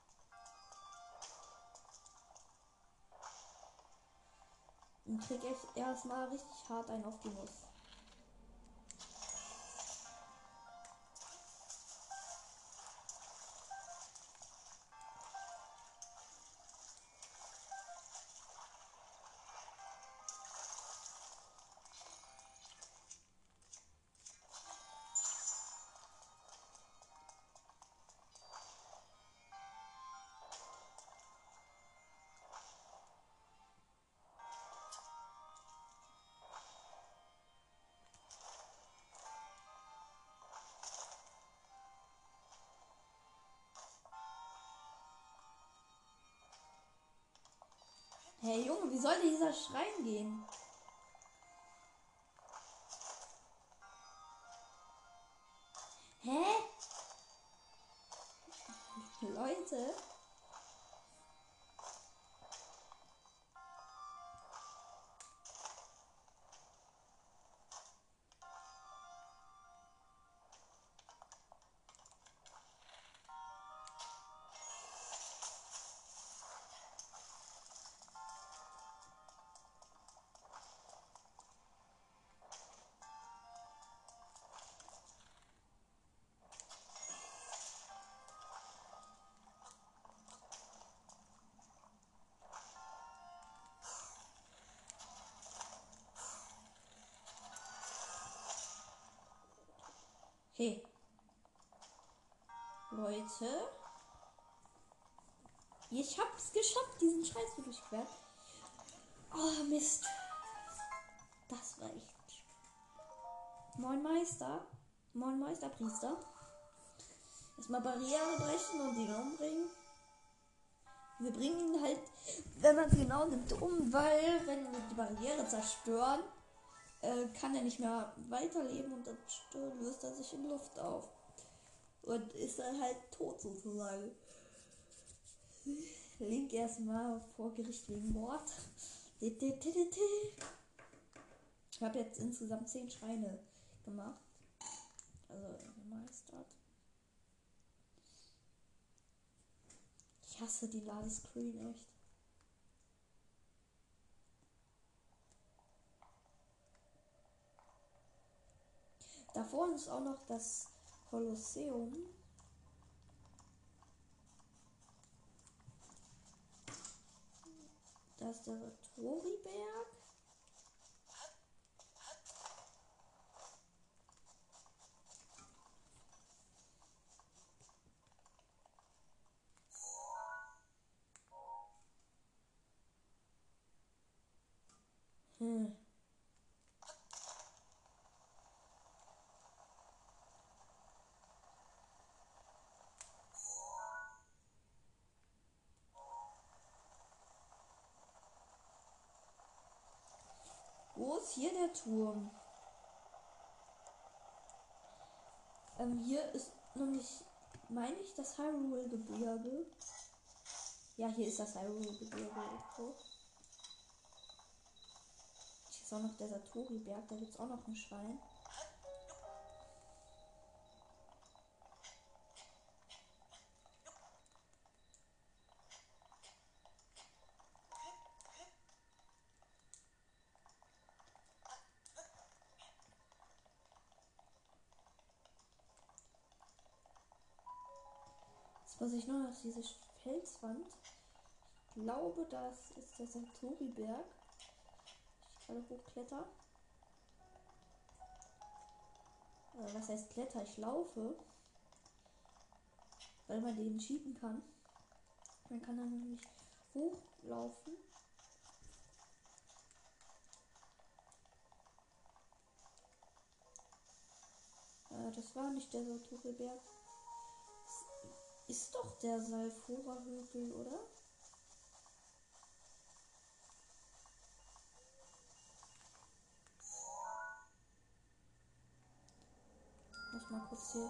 Und krieg ich erstmal richtig hart einen auf die Nuss. Hey Junge, wie soll dieser Schrein gehen? Hä? Leute? Hey. Leute. Ich hab's geschafft, diesen Scheiß zu durchqueren. Oh, Mist. Das war echt. Moin Meister. Moin Meisterpriester. Erstmal Barriere brechen und ihn umbringen. Wir bringen ihn halt, wenn man es genau nimmt, um, weil wenn wir die Barriere zerstören, äh, kann er nicht mehr weiterleben und dann löst er sich in Luft auf. Und ist dann halt tot sozusagen. Link erstmal vor Gericht wegen Mord. Ich habe jetzt insgesamt zehn Schreine gemacht. Also gemeistert. Ich hasse die Ladescreen echt. Da vorne ist auch noch das Kolosseum. Da ist der Toriberg. Hm. Wo ist hier der Turm? Ähm, hier ist nämlich, meine ich, das Hyrule-Gebirge. Ja, hier ist das Hyrule-Gebirge. So. Hier ist auch noch der Satori-Berg, da gibt es auch noch einen Schrein. Jetzt muss ich nur noch diese Felswand. Ich glaube, das ist der Satori-Berg. Ich gerade hochkletter. Äh, was heißt Kletter? Ich laufe. Weil man den cheaten kann. Man kann dann nämlich hochlaufen. Äh, das war nicht der Satori-Berg. Ist doch der Salfora-Hügel, oder? Muss mal kurz hier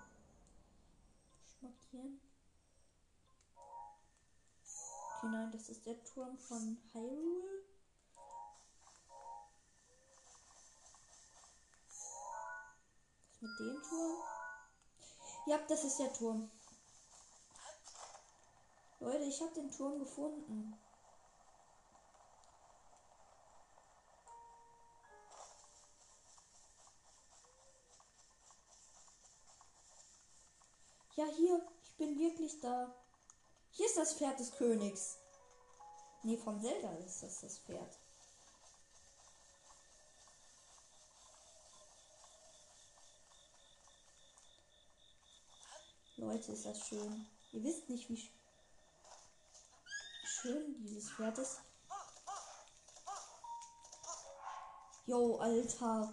markieren. Okay, nein, das ist der Turm von Hyrule. Was mit dem Turm? Ja, das ist der Turm. Leute, ich habe den Turm gefunden. Ja, hier, ich bin wirklich da. Hier ist das Pferd des Königs. Nee, von Zelda ist das das Pferd. Leute, ist das schön. Ihr wisst nicht, wie sch schön dieses Pferd ist. Jo, Alter.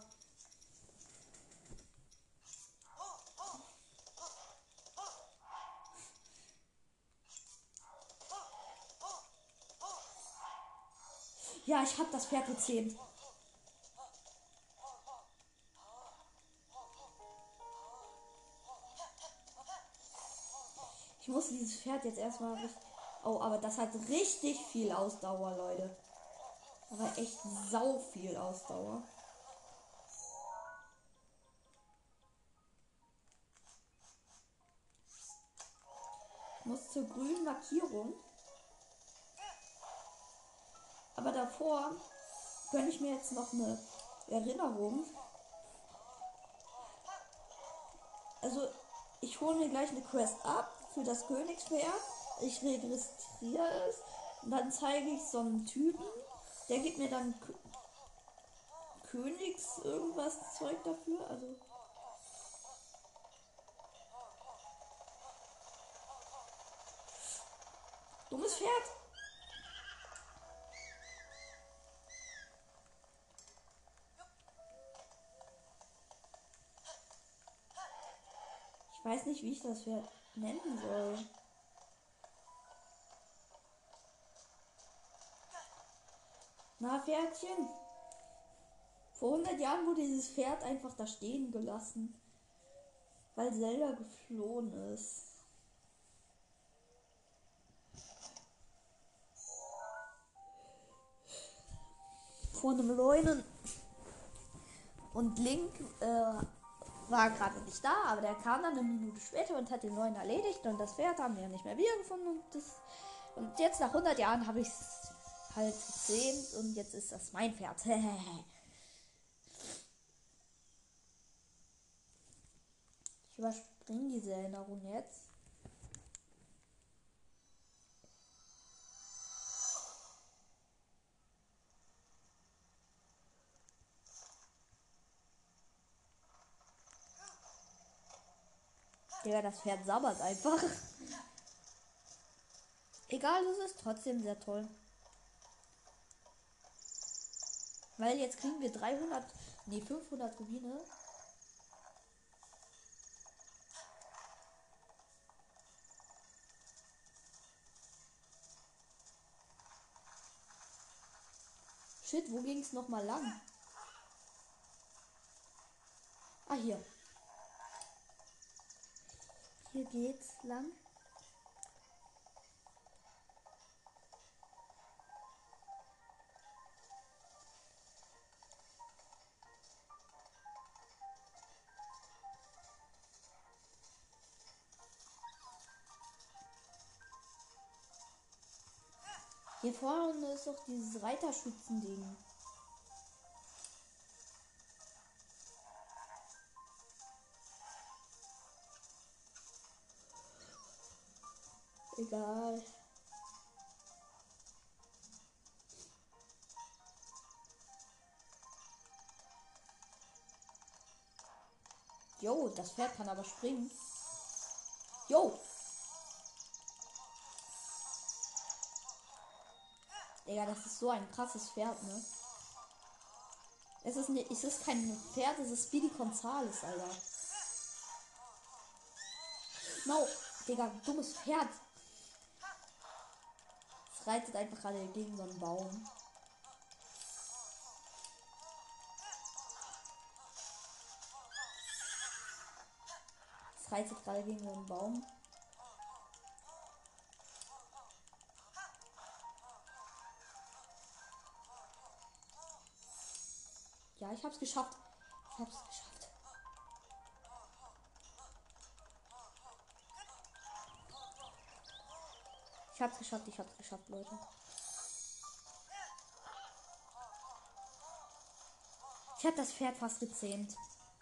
Ja, ich hab das Pferd gezähmt. Ich muss dieses Pferd jetzt erstmal richtig... Oh, aber das hat richtig viel Ausdauer, Leute. Aber echt sau viel Ausdauer. Ich muss zur grünen Markierung. Aber davor gönne ich mir jetzt noch eine Erinnerung. Also, ich hole mir gleich eine Quest ab für das Königspferd. Ich registriere es. Und dann zeige ich so einen Typen. Der gibt mir dann K Königs irgendwas Zeug dafür. Also. Dummes Pferd. Ich weiß nicht, wie ich das Pferd nennen soll. Na, Pferdchen. Vor hundert Jahren wurde dieses Pferd einfach da stehen gelassen, weil Zelda geflohen ist. Vor einem Leunen. Und Link äh, war gerade nicht da, aber der kam dann eine Minute später und hat den Leunen erledigt und das Pferd haben wir nicht mehr wiedergefunden. Und, das, und jetzt nach hundert Jahren habe ich es halt gesehen und jetzt ist das mein Pferd. Ich überspringe diese Erinnerung jetzt. Digga, das Pferd sabbert einfach. Egal, es ist trotzdem sehr toll. Weil jetzt kriegen wir dreihundert, nee, fünfhundert Rubine. Shit, wo ging es nochmal lang? Ah, hier. Hier geht's lang. Hier vorne ist doch dieses Reiterschützen-Ding. Egal. Jo, das Pferd kann aber springen. Jo. Digga, das ist so ein krasses Pferd, ne? Es ist, ne, es ist kein Pferd, es ist Speedy Gonzales, Alter. No, Digga, dummes Pferd. Es reitet einfach gerade gegen so einen Baum. Es reitet gerade gegen so einen Baum. Ja, ich hab's geschafft. Ich hab's geschafft. Ich hab's geschafft, ich hab's geschafft, Leute. Ich hab das Pferd fast gezähmt.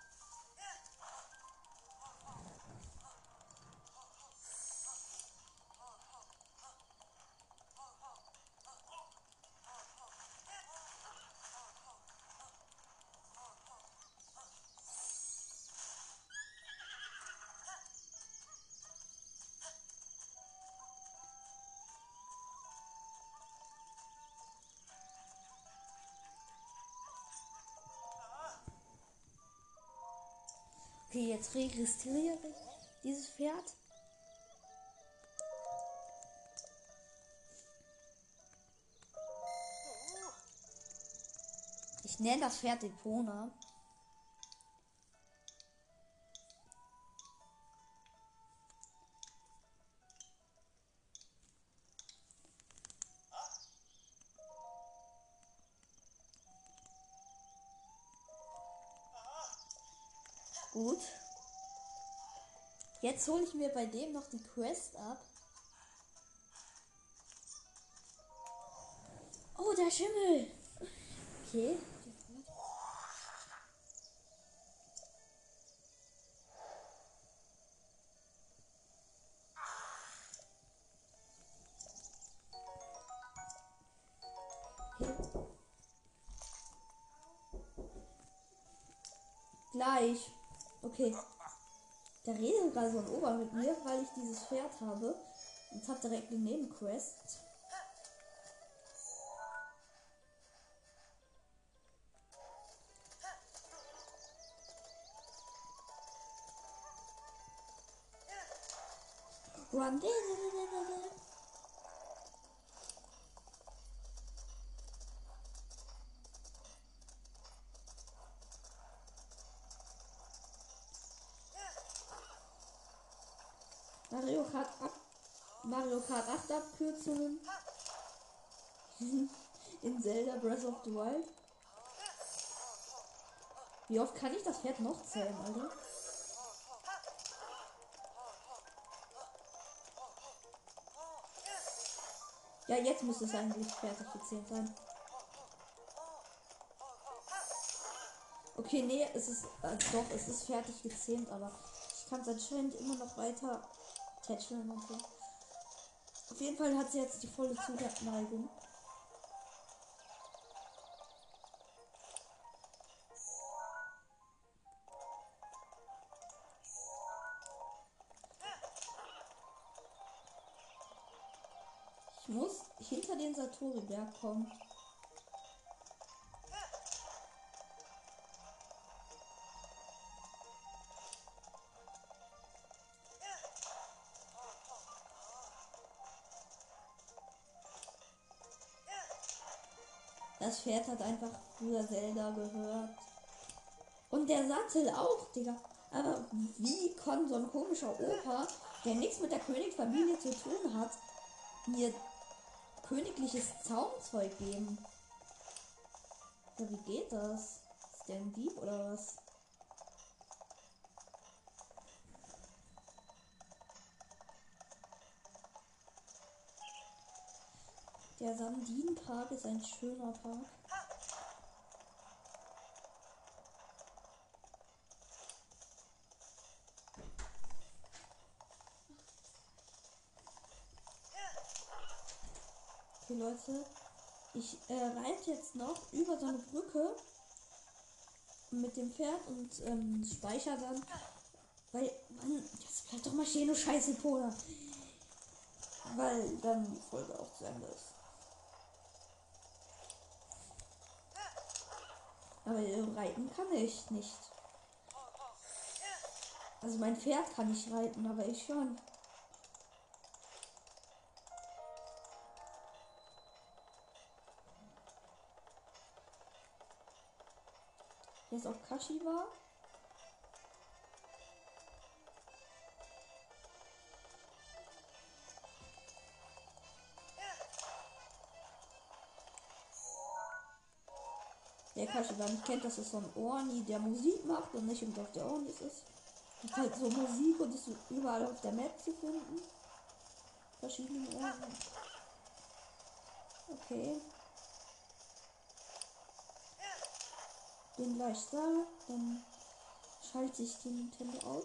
Okay, jetzt registriere ich dieses Pferd. Ich nenne das Pferd Epona. Gut. Jetzt hole ich mir bei dem noch die Quest ab. Oh, der Schimmel. Okay. Gleich. Okay. Da redet gerade so ein Ober mit mir, weil ich dieses Pferd habe. Und habe direkt eine Nebenquest. Run. Mario Kart ab Mario Kart acht Abkürzungen in Zelda Breath of the Wild. Wie oft kann ich das Pferd noch zählen, Alter? Ja, jetzt müsste es eigentlich fertig gezählt sein. Okay, nee, es ist äh, doch, es ist fertig gezählt, aber ich kann es anscheinend immer noch weiter tätscheln und so. Auf jeden Fall hat sie jetzt die volle Zuneigung. Ich muss hinter den Satori-Berg kommen. Das Pferd hat einfach früher Zelda gehört. Und der Sattel auch, Digga. Aber wie kann so ein komischer Opa, der nichts mit der Königsfamilie zu tun hat, mir königliches Zaumzeug geben? Ja, wie geht das? Ist der ein Dieb oder was? Der Sandin-Park ist ein schöner Park. Okay, Leute, ich äh, reite jetzt noch über so eine Brücke mit dem Pferd und ähm, speichere dann, weil, Mann, das bleibt doch mal stehen, du scheiße Pola. Weil dann die Folge auch zu Ende ist. Aber äh, reiten kann ich nicht. Also mein Pferd kann nicht reiten, aber ich schon. Hier ist auch Kashiwa. Der Kashiwa nicht kennt, das ist so ein Orni, der Musik macht und nicht auf der Ornis ist. Hat halt so Musik und ist überall auf der Map zu finden. Verschiedene Orten. Okay. Bin gleich da, dann schalte ich den Nintendo aus.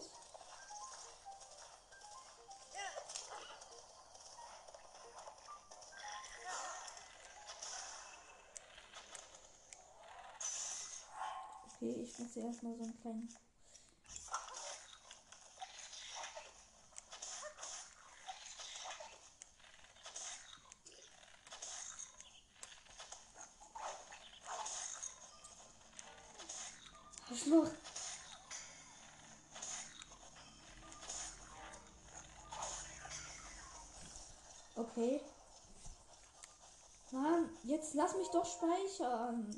Okay, ich muss erstmal so einen kleinen. Arschloch. Okay. Mann, jetzt lass mich doch speichern.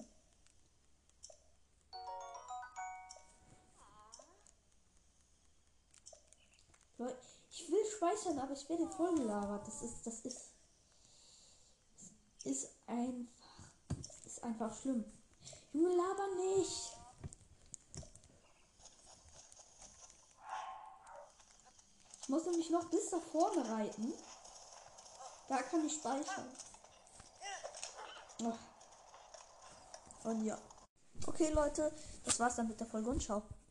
Leute, ich will speichern, aber ich werde voll gelabert. Das ist, das ist, das ist einfach, das ist einfach schlimm. Junge, laber nicht. Ich muss nämlich noch bis da vorne reiten. Da kann ich speichern. Ach. Und ja. Okay, Leute, das war's dann mit der Folge und ciao.